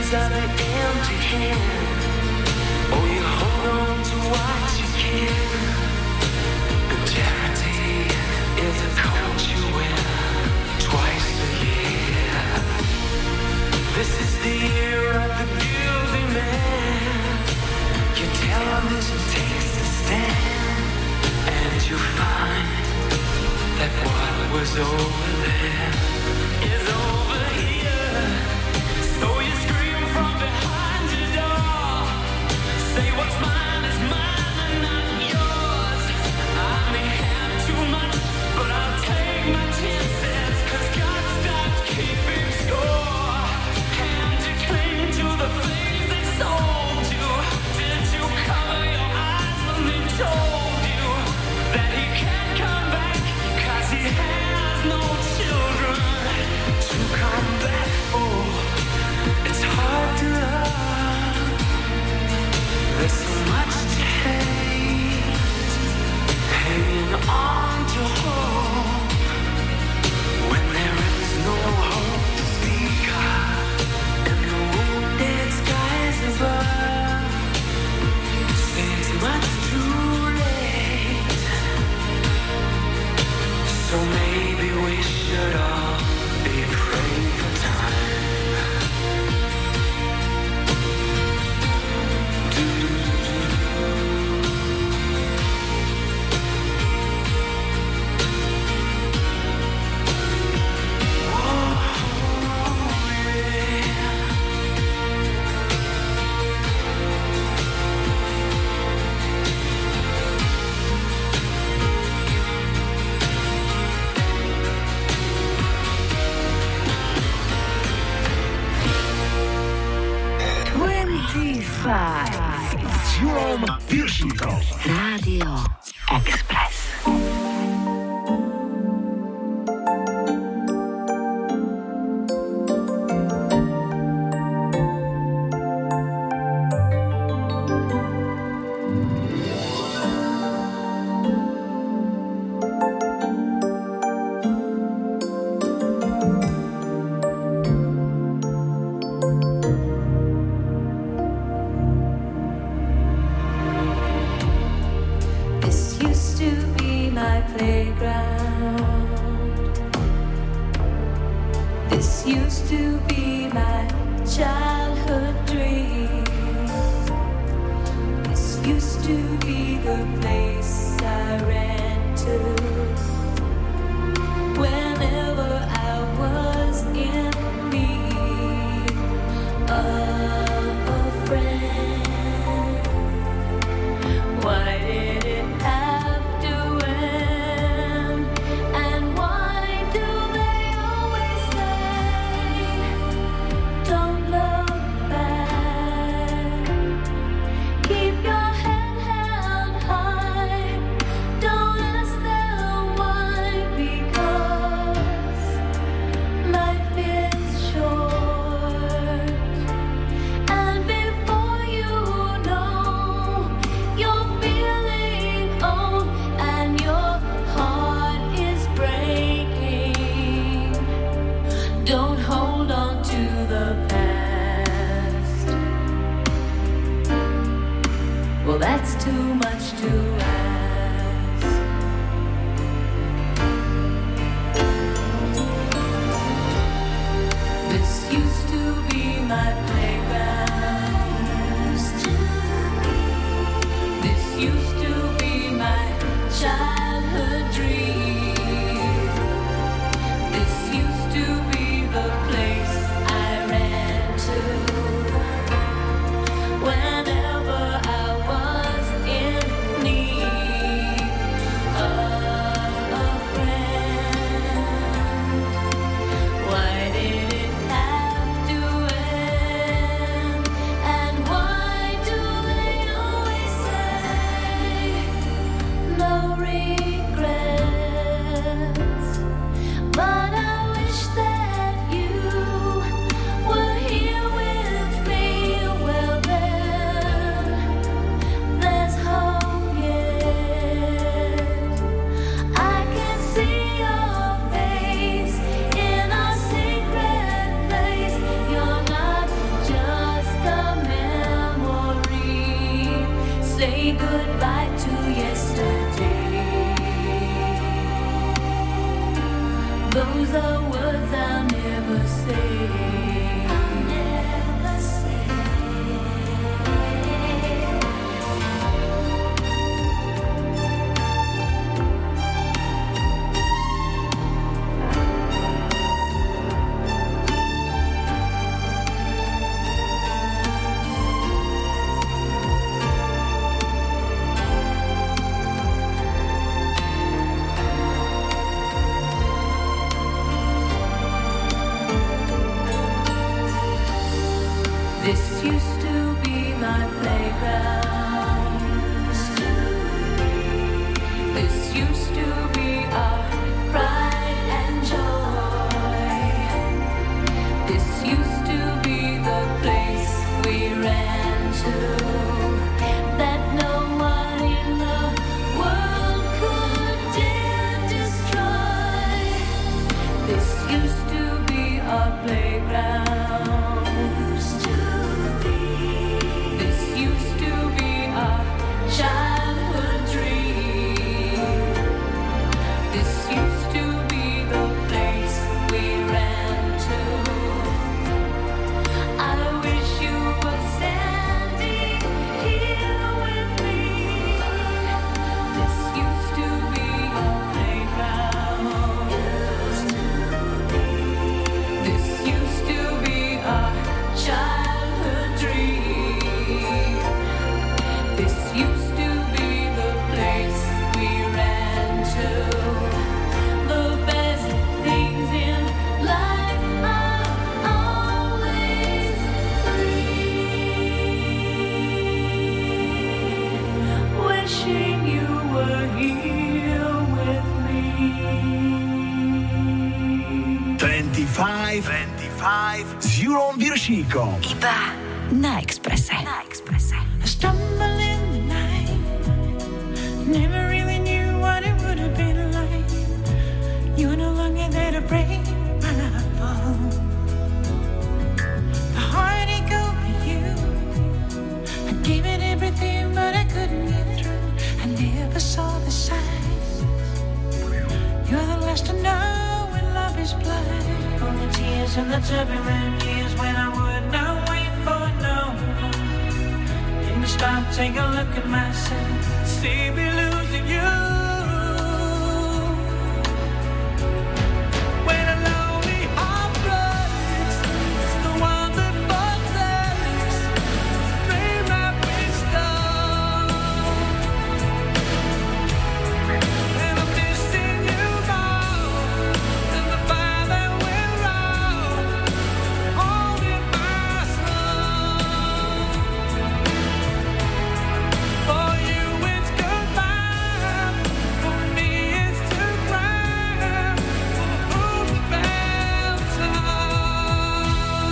hands are the empty hand. Oh, you hold on to what you can. But charity is a coat you wear twice a year. This is the year of the guilty man. Your television takes a stand, and you find that what was over there is over here. So you scream from behind your door, say what's mine is mine and not yours. I may have too much, but I'll take my chances, 'cause God stopped keeping score. And you cling to the things they sold you. Did you cover your eyes when they told you that he can't come back, 'cause he has no children to come back for? It's hard to love. There's so much to hate, hanging on to hope when there is no hope to speak of, and the wounded skies above say it's much too late. So maybe we should all be praying for time. S Julom Piršíkom. Rádio Express. Whenever I was in need. are words I'll never say. I'll never say. This used to be my playground. This used to be our pride and joy. This used to be the place we ran to, that no one in the world could dare destroy. This used to be our playground. Childhood dream. This used to be the place we ran to. I wish you were standing here with me. This used to be our playground. This used to be our childhood dream. This used to be the place we ran to. The best things in life are always free. Wishing you were here with me. 25 s Júlom Viršíkom. Iba na Expresse. Na Expresse. I stumbled in the night. Never really knew what it would have been like. You were no longer there to break my fall. The heartache over you. I gave it everything, but I couldn't get through. I never saw the signs. You're the last to know when love is blind. From the tears and the turbulent years when I would not wait for no one. Didn't stop, take a look at myself. See me losing you. When a lonely heart breaks, it's the one that forsakes the dream that we stole. And I'm missing you more than the fire that we're on, holding my soul. For you it's goodbye, for me it's to cry, for whom the bell tolls.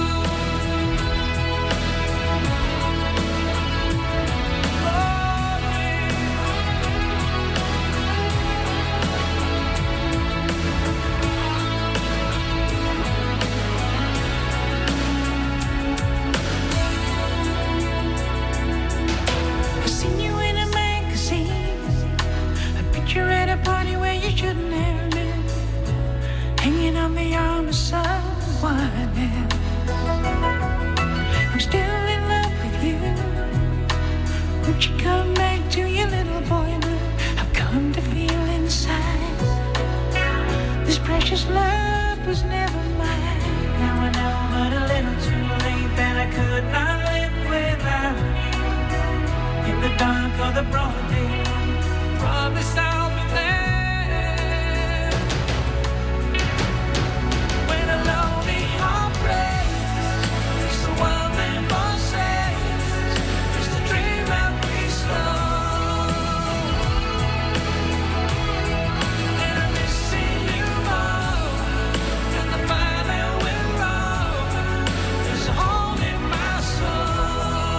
I seen you in a magazine, a picture at a party where you shouldn't have been, hanging on the arm of someone else. I'm still in love with you. Won't you come back to your little boy blue? I've come to feel inside this precious love was never mine. Now I know, but a little too late, that I could not live without you. In the dark or the broad day, promise I'll be there. When a lonely heart breaks, it's the one that forsakes. It's the dream that we stole. And I'm missing you more than the fire that we're on. There's a hole in my soul.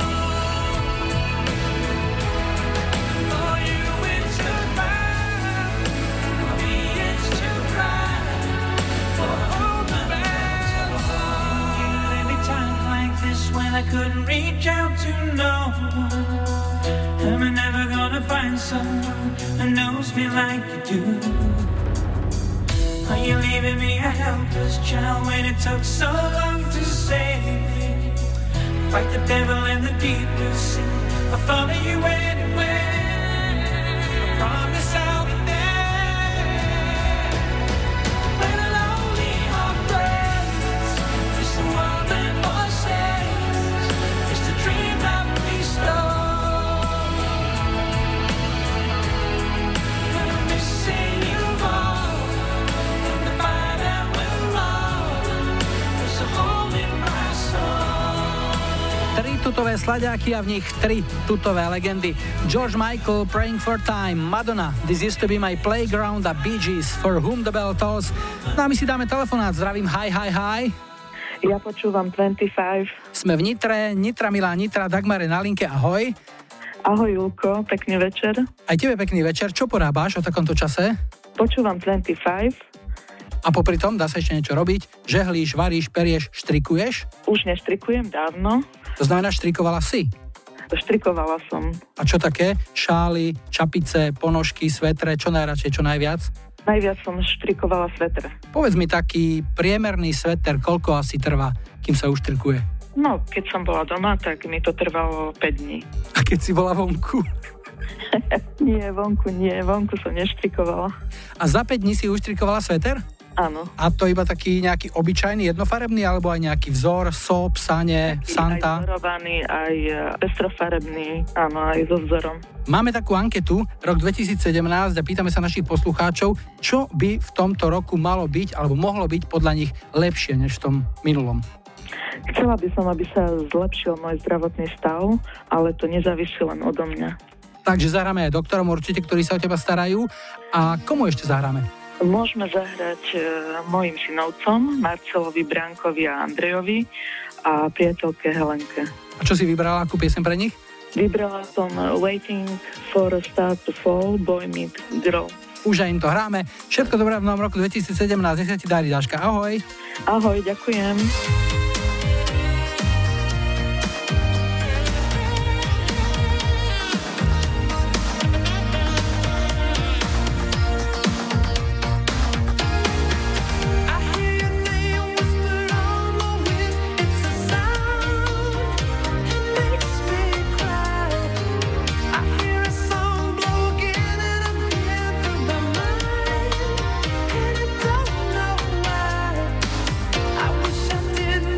For you it's goodbye, for me it's to cry, for whom the bell tolls. Every time like this when I couldn't reach out to no one, am I never gonna find someone who knows me like you do? Are you leaving me a helpless child when it took so long to save me? Fight the devil in the deep blue sea. I'll follow you anywhere. I promise I'll be there. When a lonely heart breaks, it's the world that forsakes. It's the dream that we stole. When I'm missing you all, and the fire that will roll, there's a hole in my soul. 3 tutové slaďáky a v nich 3 tutové legendy. George Michael, Praying for Time, Madonna, This Used to Be My Playground a Bee Gees, For Whom the Bell Tolls. No a my si dáme telefonát, zdravím, hi. Ja počúvam 25. Sme v Nitre, Nitra milá Nitra, Dagmar je na linke, ahoj. Ahoj Julko, pekný večer. Aj tebe pekný večer, čo porábáš o takomto čase? Počúvam 25. A popri tom dá sa ešte niečo robiť? Žehlíš, varíš, perieš, štrikuješ? Už neštrikujem dávno. To znamená, štrikovala si? Štrikovala som. A čo také? Šály, čapice, ponožky, svetre, čo najradšej, čo najviac? Najviac som štrikovala svetre. Povedz mi taký priemerný sveter, koľko asi trvá, kým sa uštrikuje? No, keď som bola doma, tak mi to trvalo 5 dní. A keď si bola vonku? Nie, vonku som neštrikovala. A za 5 dní si uštrikovala sveter? Áno. A to iba taký nejaký obyčajný, jednofarebný, alebo aj nejaký vzor, sop, sane, Santa? Aj vzorovaný, aj pestrofarebný, áno, aj so vzorom. Máme takú anketu, rok 2017, a pýtame sa našich poslucháčov, čo by v tomto roku malo byť, alebo mohlo byť podľa nich lepšie, než v tom minulom. Chcela by som, aby sa zlepšil môj zdravotný stav, ale to nezávisí len odo mňa. Takže zahráme aj doktorom určite, ktorí sa o teba starajú. A komu ešte zahráme? Môžeme zahrať mojim synovcom, Marcelovi, Brankovi a Andrejovi a priateľke Helenke. A čo si vybrala, akú piesň pre nich? Vybrala som Waiting for a Star to Fall, Boy Meet Girl. Už aj im to hráme. Všetko dobré v novom roku 2017. Nech sa ti darí, Dáška. Ahoj. Ahoj, ďakujem. I wish I didn't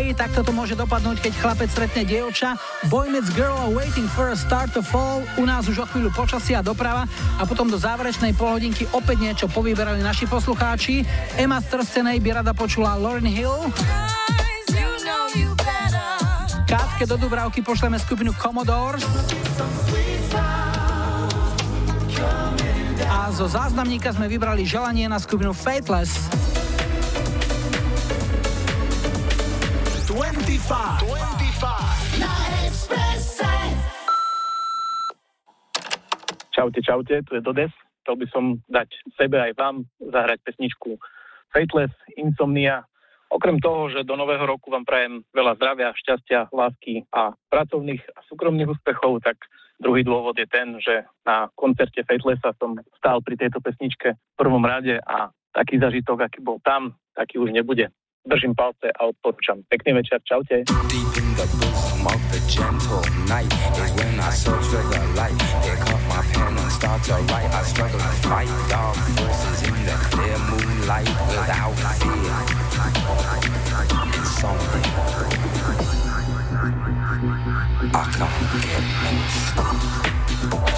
Free, tak toto môže dopadnúť, keď chlapec stretne dievča. Boy meets girl waiting for a star to fall. U nás už o chvíľu počasia a doprava a potom do záverečnej polhodinky opäť niečo povyberali naši poslucháči. Emma z Trstenej by rada počula Lauryn Hill. Kátke do Dubravky pošleme skupinu Commodores. A zo záznamníka sme vybrali želanie na skupinu Faithless. 25 na Expresse. Čaute, tu je Dodes. Chcel by som dať sebe aj vám zahrať pesničku Faithless, Insomnia. Okrem toho, že do nového roku vám prajem veľa zdravia, šťastia, lásky a pracovných a súkromných úspechov, tak druhý dôvod je ten, že na koncerte Faithlessa som stál pri tejto pesničke v prvom rade a taký zažitok, aký bol tam, taký už nebude. Držím palce a odporúčam. Pekný večer, čaute. Deep in the bosom of the gentle night is when I search for the light. Pick up my pen and start to write. I struggle to fight dark forces in the clear moonlight without fear. Insomnia. I can't get no sleep.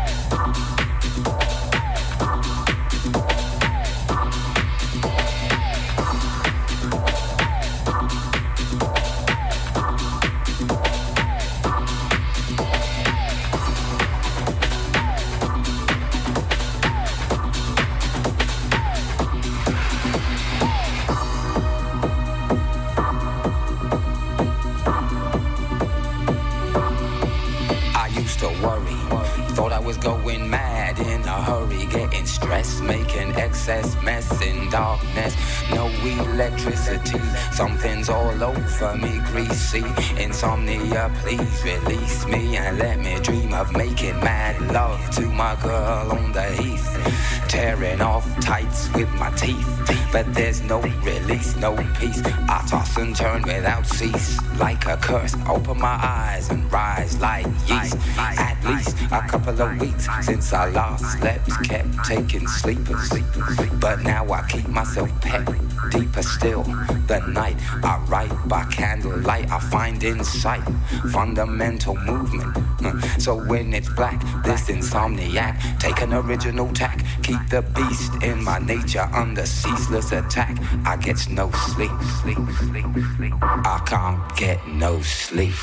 Going mad in a hurry, getting stressed, making excess mess in darkness. No electricity, something's all over me, greasy. Insomnia, please release me and let me dream of making mad love to my girl on the heath. Tearing off tights with my teeth, but there's no release, no peace. I toss and turn without cease, like a curse. Open my eyes and rise like yeast. At least a couple of weeks since I last slept, kept taking sleepers, but now I keep myself pet. Deeper still, the night I write by candlelight, I find insight, fundamental movement. So when it's black, this insomniac, take an original tack, keep the beast in my nature under ceaseless attack. I get no sleep, I can't get no sleep.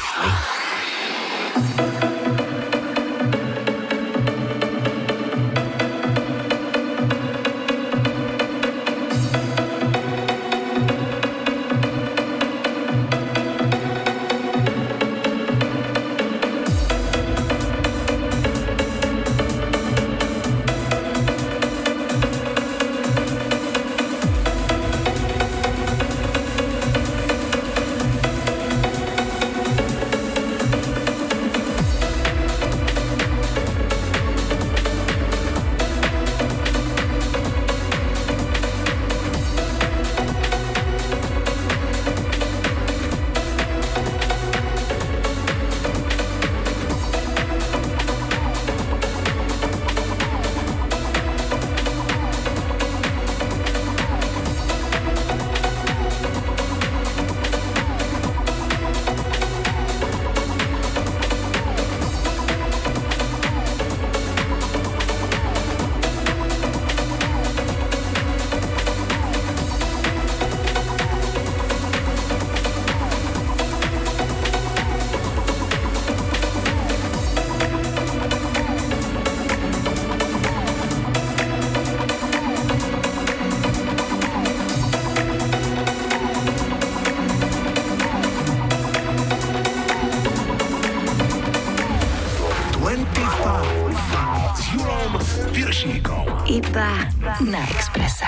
Iba na Expresse.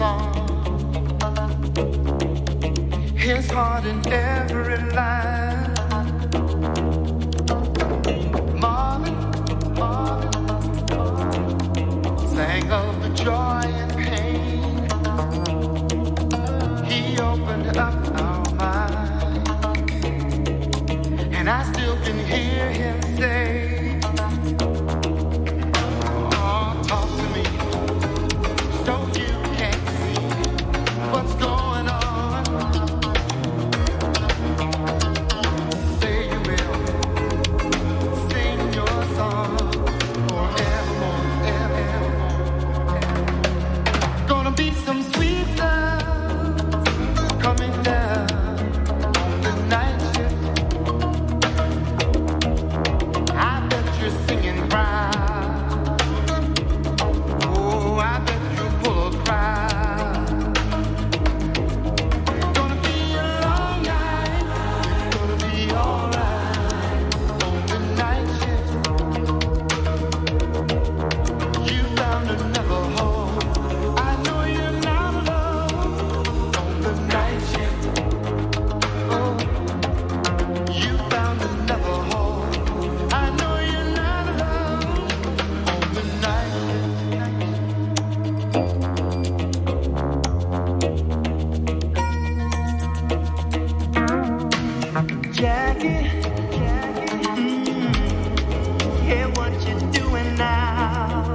song. His heart in every line. Marvin sang of the joy and pain. He opened up our mind, and I still can hear him say, oh, talk to me, so you can see what's going on. Say you will sing your song forevermore, evermore. Gonna be some sweet sound coming down the night shift. I bet you're singing proud. Oh, I bet you pull a crowd. Gonna be a long night. It's gonna be alright on the night shift. You found another home. I know you're not alone on the night shift. Oh, you found another home. I know you're not alone on the night shift. Jackie, hear what you're doing now.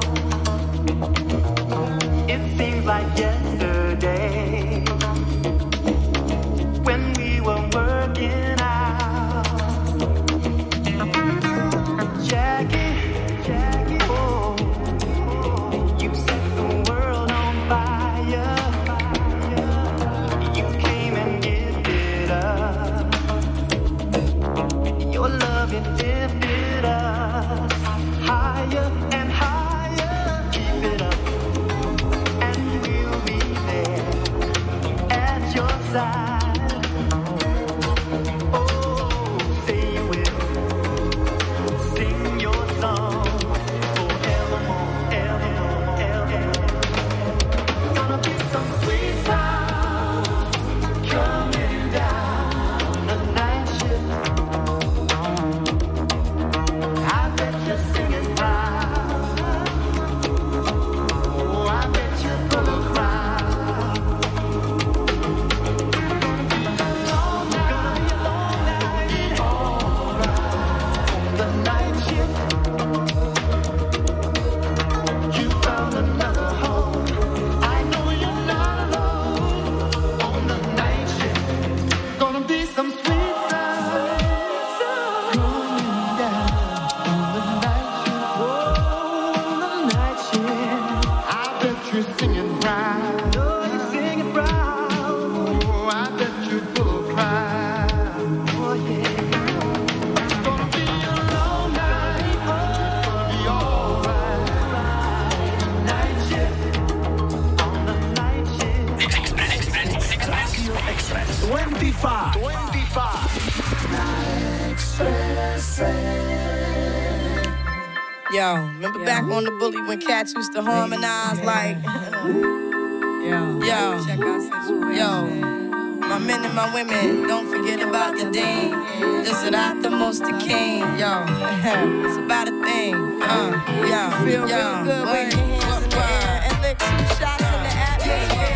It seems like yesterday when we were working out. Jackie, oh, you set the world on fire. You came and gifted us your love, it lifted us higher and higher. Keep it up, and we'll be there at your side. Oh, say you will sing your song forevermore, evermore, evermore. Gonna be some sweet sound coming down the night shift. I bet you're singing proud. Oh, I bet you pull a crowd. Long night, alright on the night shift. You found another home. I know you're not alone on the night shift. Gonna be some sweet sound going down on the night shift. Oh, on the night shift. I bet you're singing proud. Oh, you're singing proud. Oh, I bet you pull a crowd. Oh, yeah. Gonna be a long night. Oh, it's gonna be alright. Night shift. On the night shift. Express 25. Yo, remember back on the bully when cats used to harmonize like, yo, my men and my women, don't forget about the dean. This is not the most the king, yo. It's about a thing, yo. Feel real good when your hands in the air and lick 2 shots in the atmosphere.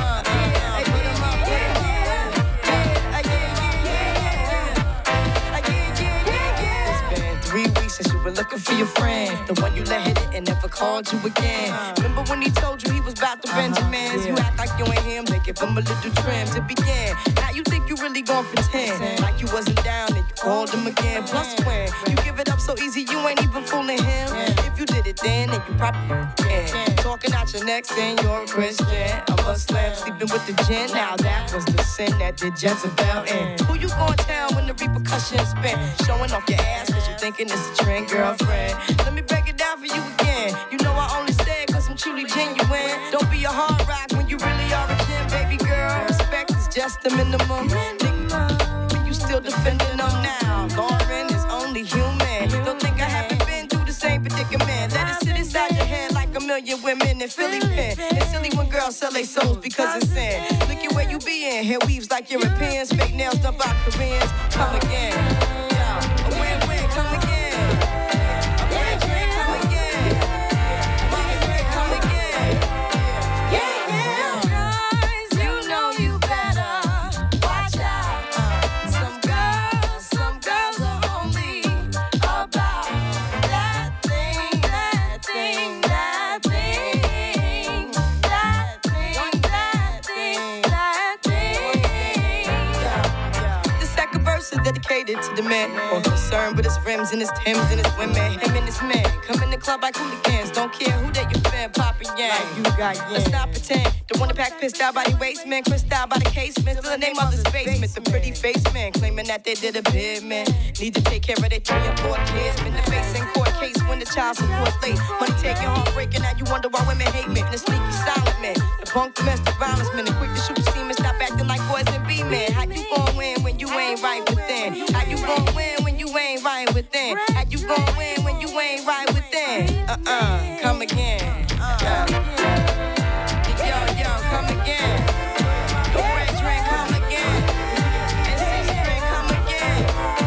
It's been 3 weeks since you were looking for your friend, the one you let hit it and never called you again. Remember when he told you he was about to Benjamins? You act like you ain't him, they give him a little trim to begin. Now you think you really gon' pretend like you wasn't down and you called him again. Plus when you give it up so easy, you ain't even fooling him. If you did it then you probably can. Talking out your neck saying you're a Christian, a Muslim, sleeping with the gin. Now that was the sin that did Jezebel in. Who you gonna tell when the repercussions spin? Showing off your ass cause you thinking it's a trend, girlfriend. Let me break it down for you again. You know I only said cause I'm truly genuine. Don't be a hard rock when you really are a gem, baby girl. Respect is just the minimum. Nigga, you still defending them now. Lauren is only human. Don't think I haven't been through the same predicament. Let it sit inside your head like a million women in Philly pen. It's silly when girls sell their souls because it's sin. Look at where you be in. Hair weaves like Europeans. Fake nails done by Koreans. Come again. Yeah. A win-win. Come again. A win-win. Come again. Win-win. Come again. Yeah, yeah. Guys, you know you better watch out. Some girls are only about that thing, that thing, that thing, that thing, that thing, that thing. The second verse is dedicated to the man more concerned with his rims and his Timbs and his women. Him and his man come in the club like hooligans. Don't care who they you fan, poppin' yang. Like you got yang. Let's not pretend. The one that pack pissed out by the waist man, crissed out by the casement. Still the name of this basement. The pretty face man claiming that they did a bid man. Need to take care of their 3 and 4 kids. Been the face in court case when the child support's late. Money taking, heartbreaking. Now you wonder why women hate men. The sneaky silent man, the punk domestic violence man, the quick to shoot the semen. Stop acting like boys and be men. How you gon' win when you ain't right within? How you gon' win when you ain't right within? How you gon' win when you ain't right within? Come again. Yo, come again. The red drink, come again. And six drink, come again.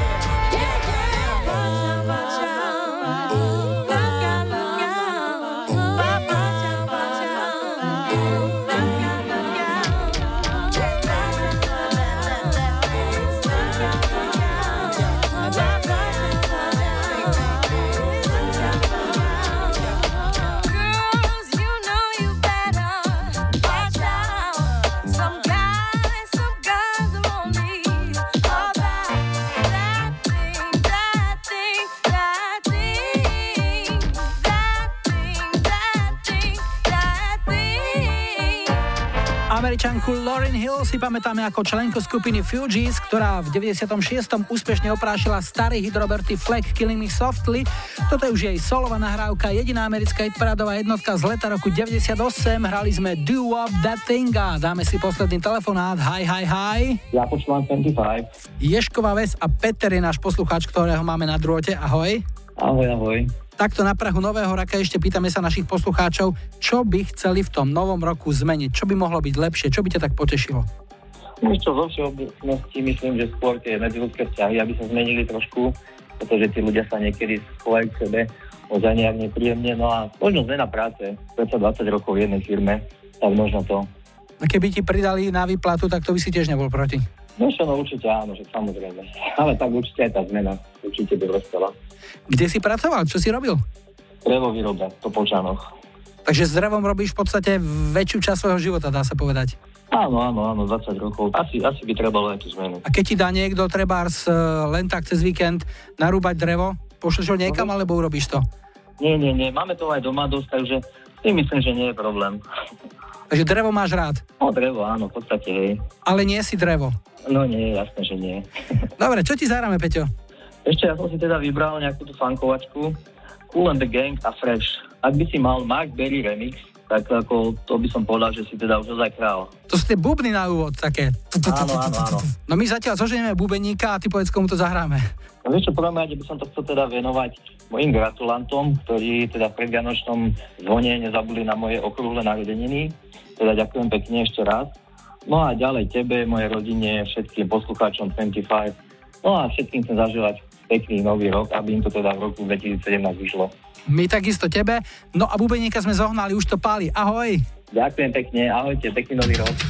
Američanku Lauryn Hill si pamätáme ako členku skupiny Fugees, ktorá v 96. úspešne oprášila starý hit Roberty Fleck Killing Me Softly. Toto je už jej solová nahrávka, jediná americká hitparádová jednotka z leta roku 98. Hrali sme Do Up That Thing a dáme si posledný telefonát. Hi. Ja počúvam 25. Ješková Ves a Peter je náš poslucháč, ktorého máme na drôte. Ahoj. Ahoj. Takto na prahu nového roka ešte pýtame sa našich poslucháčov, čo by chceli v tom novom roku zmeniť, čo by mohlo byť lepšie, čo by ťa tak potešilo? Čo vo všeobecnosti myslím, že skôr tie medziľudské vzťahy, aby sa zmenili trošku, pretože tí ľudia sa niekedy schovajú k sebe ozaj nejak nepríjemne, no a možno zmena práce, predsa 20 rokov v jednej firme, tak možno to. A keby ti pridali na výplatu, tak to by si tiež nebol proti? No určite áno, že samozrejme, ale tak určite aj tá zmena, určite by vrstala. Kde si pracoval? Čo si robil? Drevovýroba, to Počanoch. Takže s drevom robíš v podstate väčšiu časť svojho života, dá sa povedať. Áno, 20 rokov. Asi by trebalo aj tú zmenu. A keď ti dá niekto trebárs len tak cez víkend narúbať drevo, pošleš ho niekam, alebo urobíš to? Nie, máme to aj doma dosť, takže si myslím, že nie je problém. Takže drevo máš rád? No drevo, áno, v podstate, hej. Ale nie si drevo? No nie, jasné, že nie. Dobre, čo ti zahráme, Peťo? Ešte ja som si teda vybral nejakú tú funkovačku Kool and the Gang a Fresh. Ak by si mal Mark Berry remix, tak ako to by som povedal, že si teda už ozaj král. To sú tie bubny na úvod také. Áno. No my zatiaľ zoženieme bubeníka a ty povedz, komu to zahráme. No vieš čo, prvom rade by som to chcel teda venovať mojim gratulantom, ktorí teda v predvianočnom zvone nezabudli na moje okrúhle narodeniny. Teda ďakujem pekne ešte raz. No a ďalej tebe, mojej rodine, všetkým poslucháčom 25. No a všetkým chcem zažívať pekný nový rok, aby im to teda v roku 2017 vyšlo. My takisto tebe. No a bubeníka sme zohnali, už to páli. Ahoj. Ďakujem pekne, ahojte, pekný nový rok.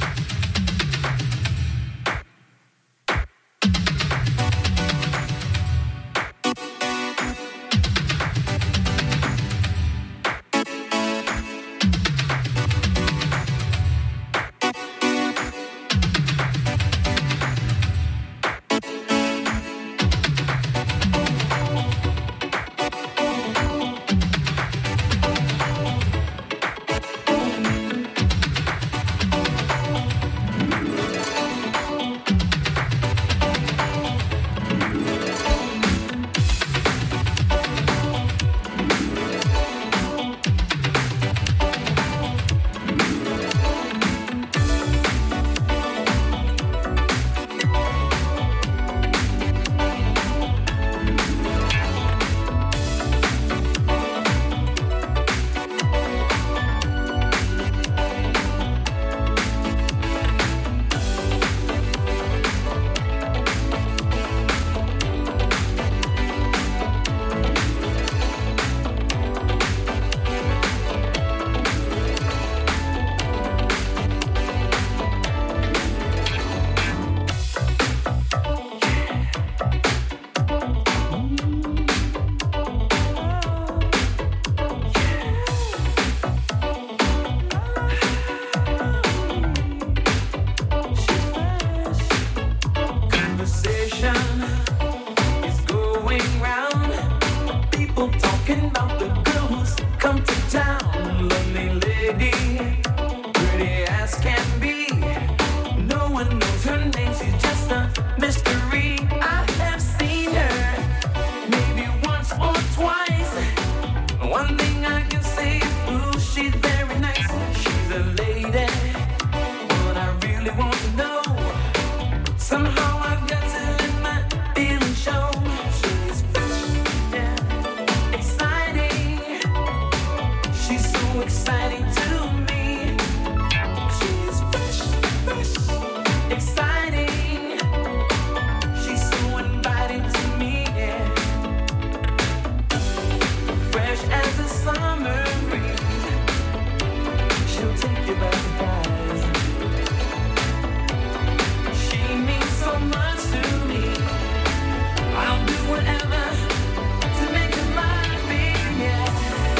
lady, pretty as can be. No one knows her name, she's just a mystery. I have seen her maybe once or twice. One thing I can say is, ooh, she's very nice. She's a lady, but I really want to know. Somehow I've got to let my feelings show. She's fresh, yeah, exciting. She's so exciting to me. She's fresh, fresh, exciting. She's so inviting to me, yeah. Fresh as a summer breeze, she'll take you by surprise. She means so much to me. I'll do whatever to make her mine, baby, yeah.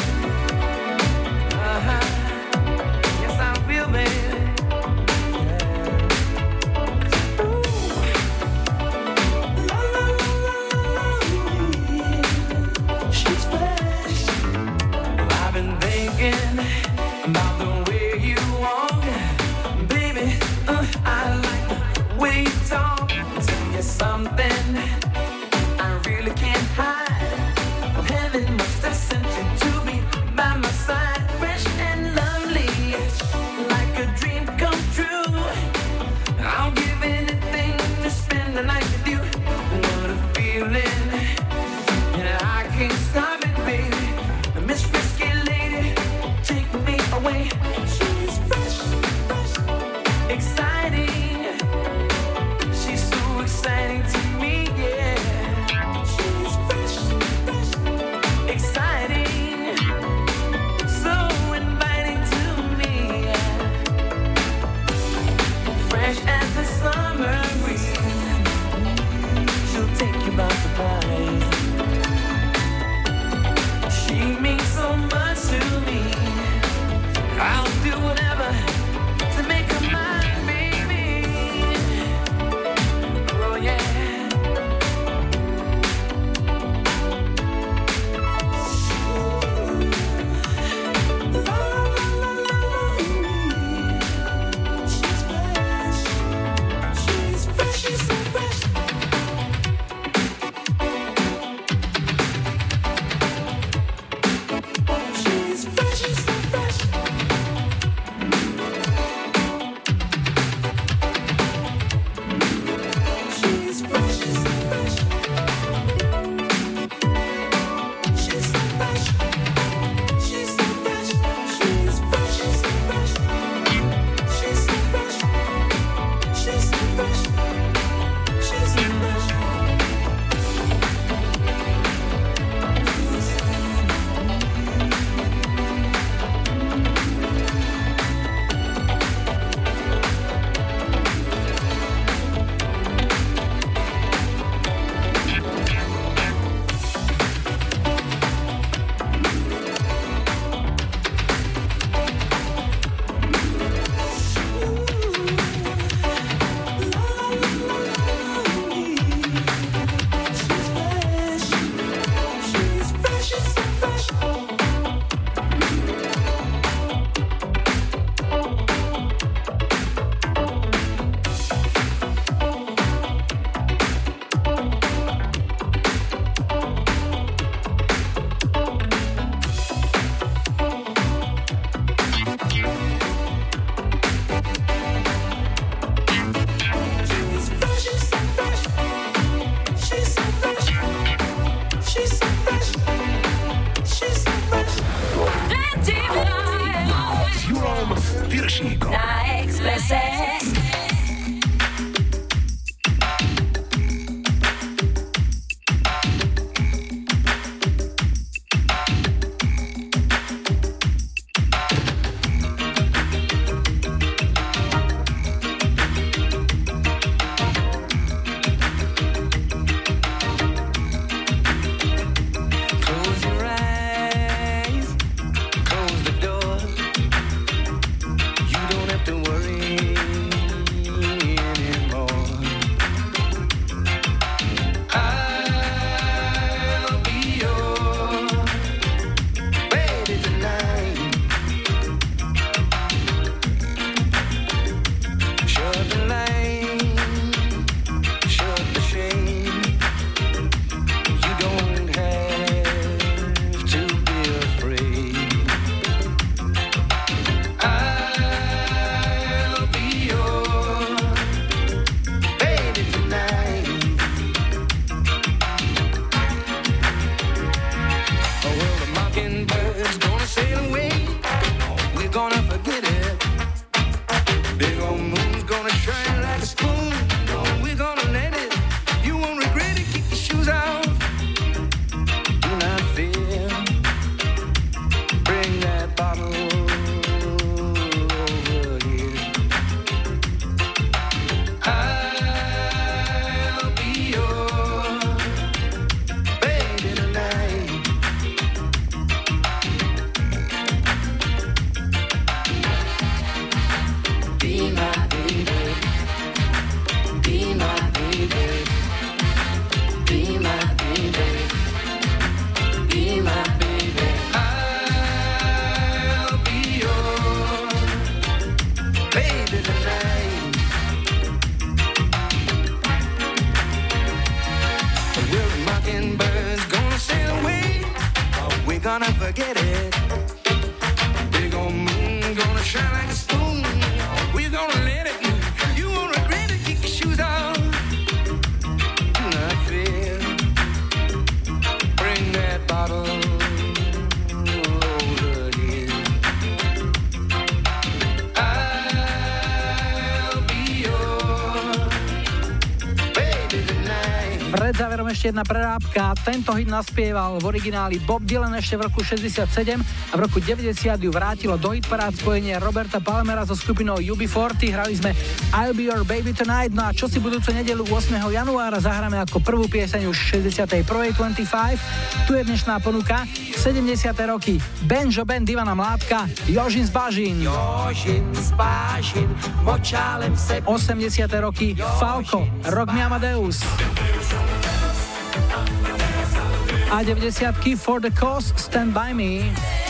Yes, I will, baby. She's fresh. I've been thinking about the way you walk, baby. I like the way you talk. Tell you something I really can't hide. Heaven must have sent you to be by my side. Fresh and lovely, like a dream come true. I'll give anything to spend the night with you. What a feeling, and I can't stop it, baby. Miss Frisky Lady, take me away. She's fresh, fresh, exciting. She's so exciting to me, yeah. She's fresh, fresh, exciting. So inviting to me, yeah. Fresh as the summer breeze, she'll take you by surprise. She means so much to me. I'll do whatever to make her mine, baby. Oh yeah. She's fresh. She's fresh. She's so fresh. She's fresh. She's so fresh. She's fresh. She's so fresh. She's so fresh. She's so fresh. She's fresh. She's so fresh. She's so fresh. She's so fresh. She's so fresh. Na Expresse. Close your eyes, close the door. You don't have to worry Pred záverom ešte jedna prerábka. Tento hit naspieval v origináli Bob Dylan ešte v roku 67 a v roku 90 ju vrátilo do hitparád spojenie Roberta Palmera so skupinou UB40. Hrali sme I'll Be Your Baby Tonight. No a čo si budúcu nedeľu 8. januára zahráme ako prvú pieseň už 61. 25. Tu je dnešná ponuka 70. roky. Benjo Band, Ivana Mládka, Jožin z Bažín. 80. roky Falco, Rock Me Amadeus. A 90-ky For the Cause, Stand By Me.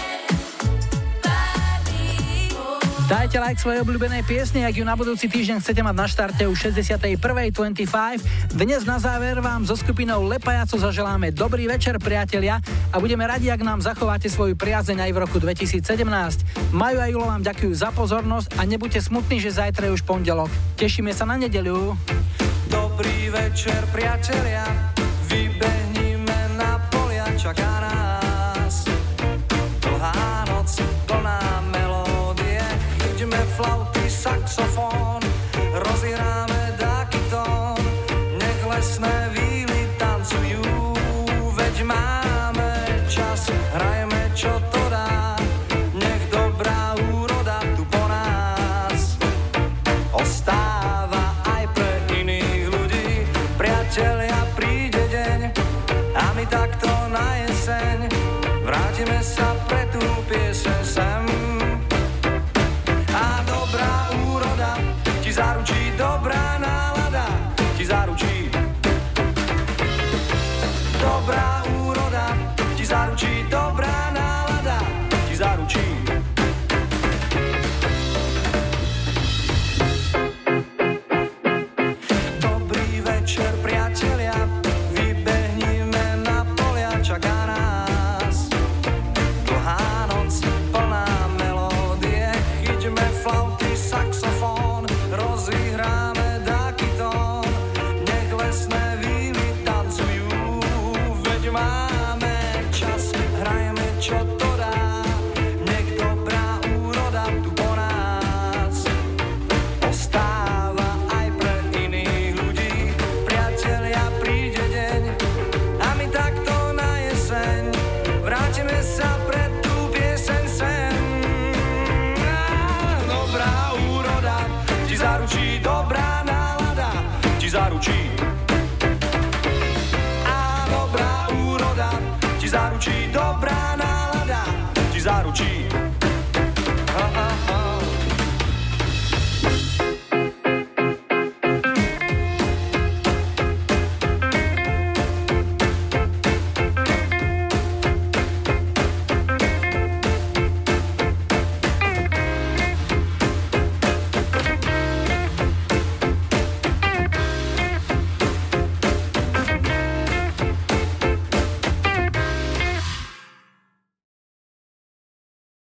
Dajte like svojej obľúbenej piesni, ak ju na budúci týždeň chcete mať na štarte už 61.25. Dnes na záver vám so skupinou Lepajaco zaželáme dobrý večer, priatelia, a budeme radi, ak nám zachováte svoju priazeň aj v roku 2017. Maju a Julo vám ďakujú za pozornosť a nebuďte smutní, že zajtra je už pondelok. Tešíme sa na nedeľu. Dobrý večer, priatelia, vybehnime na polia, čaká nás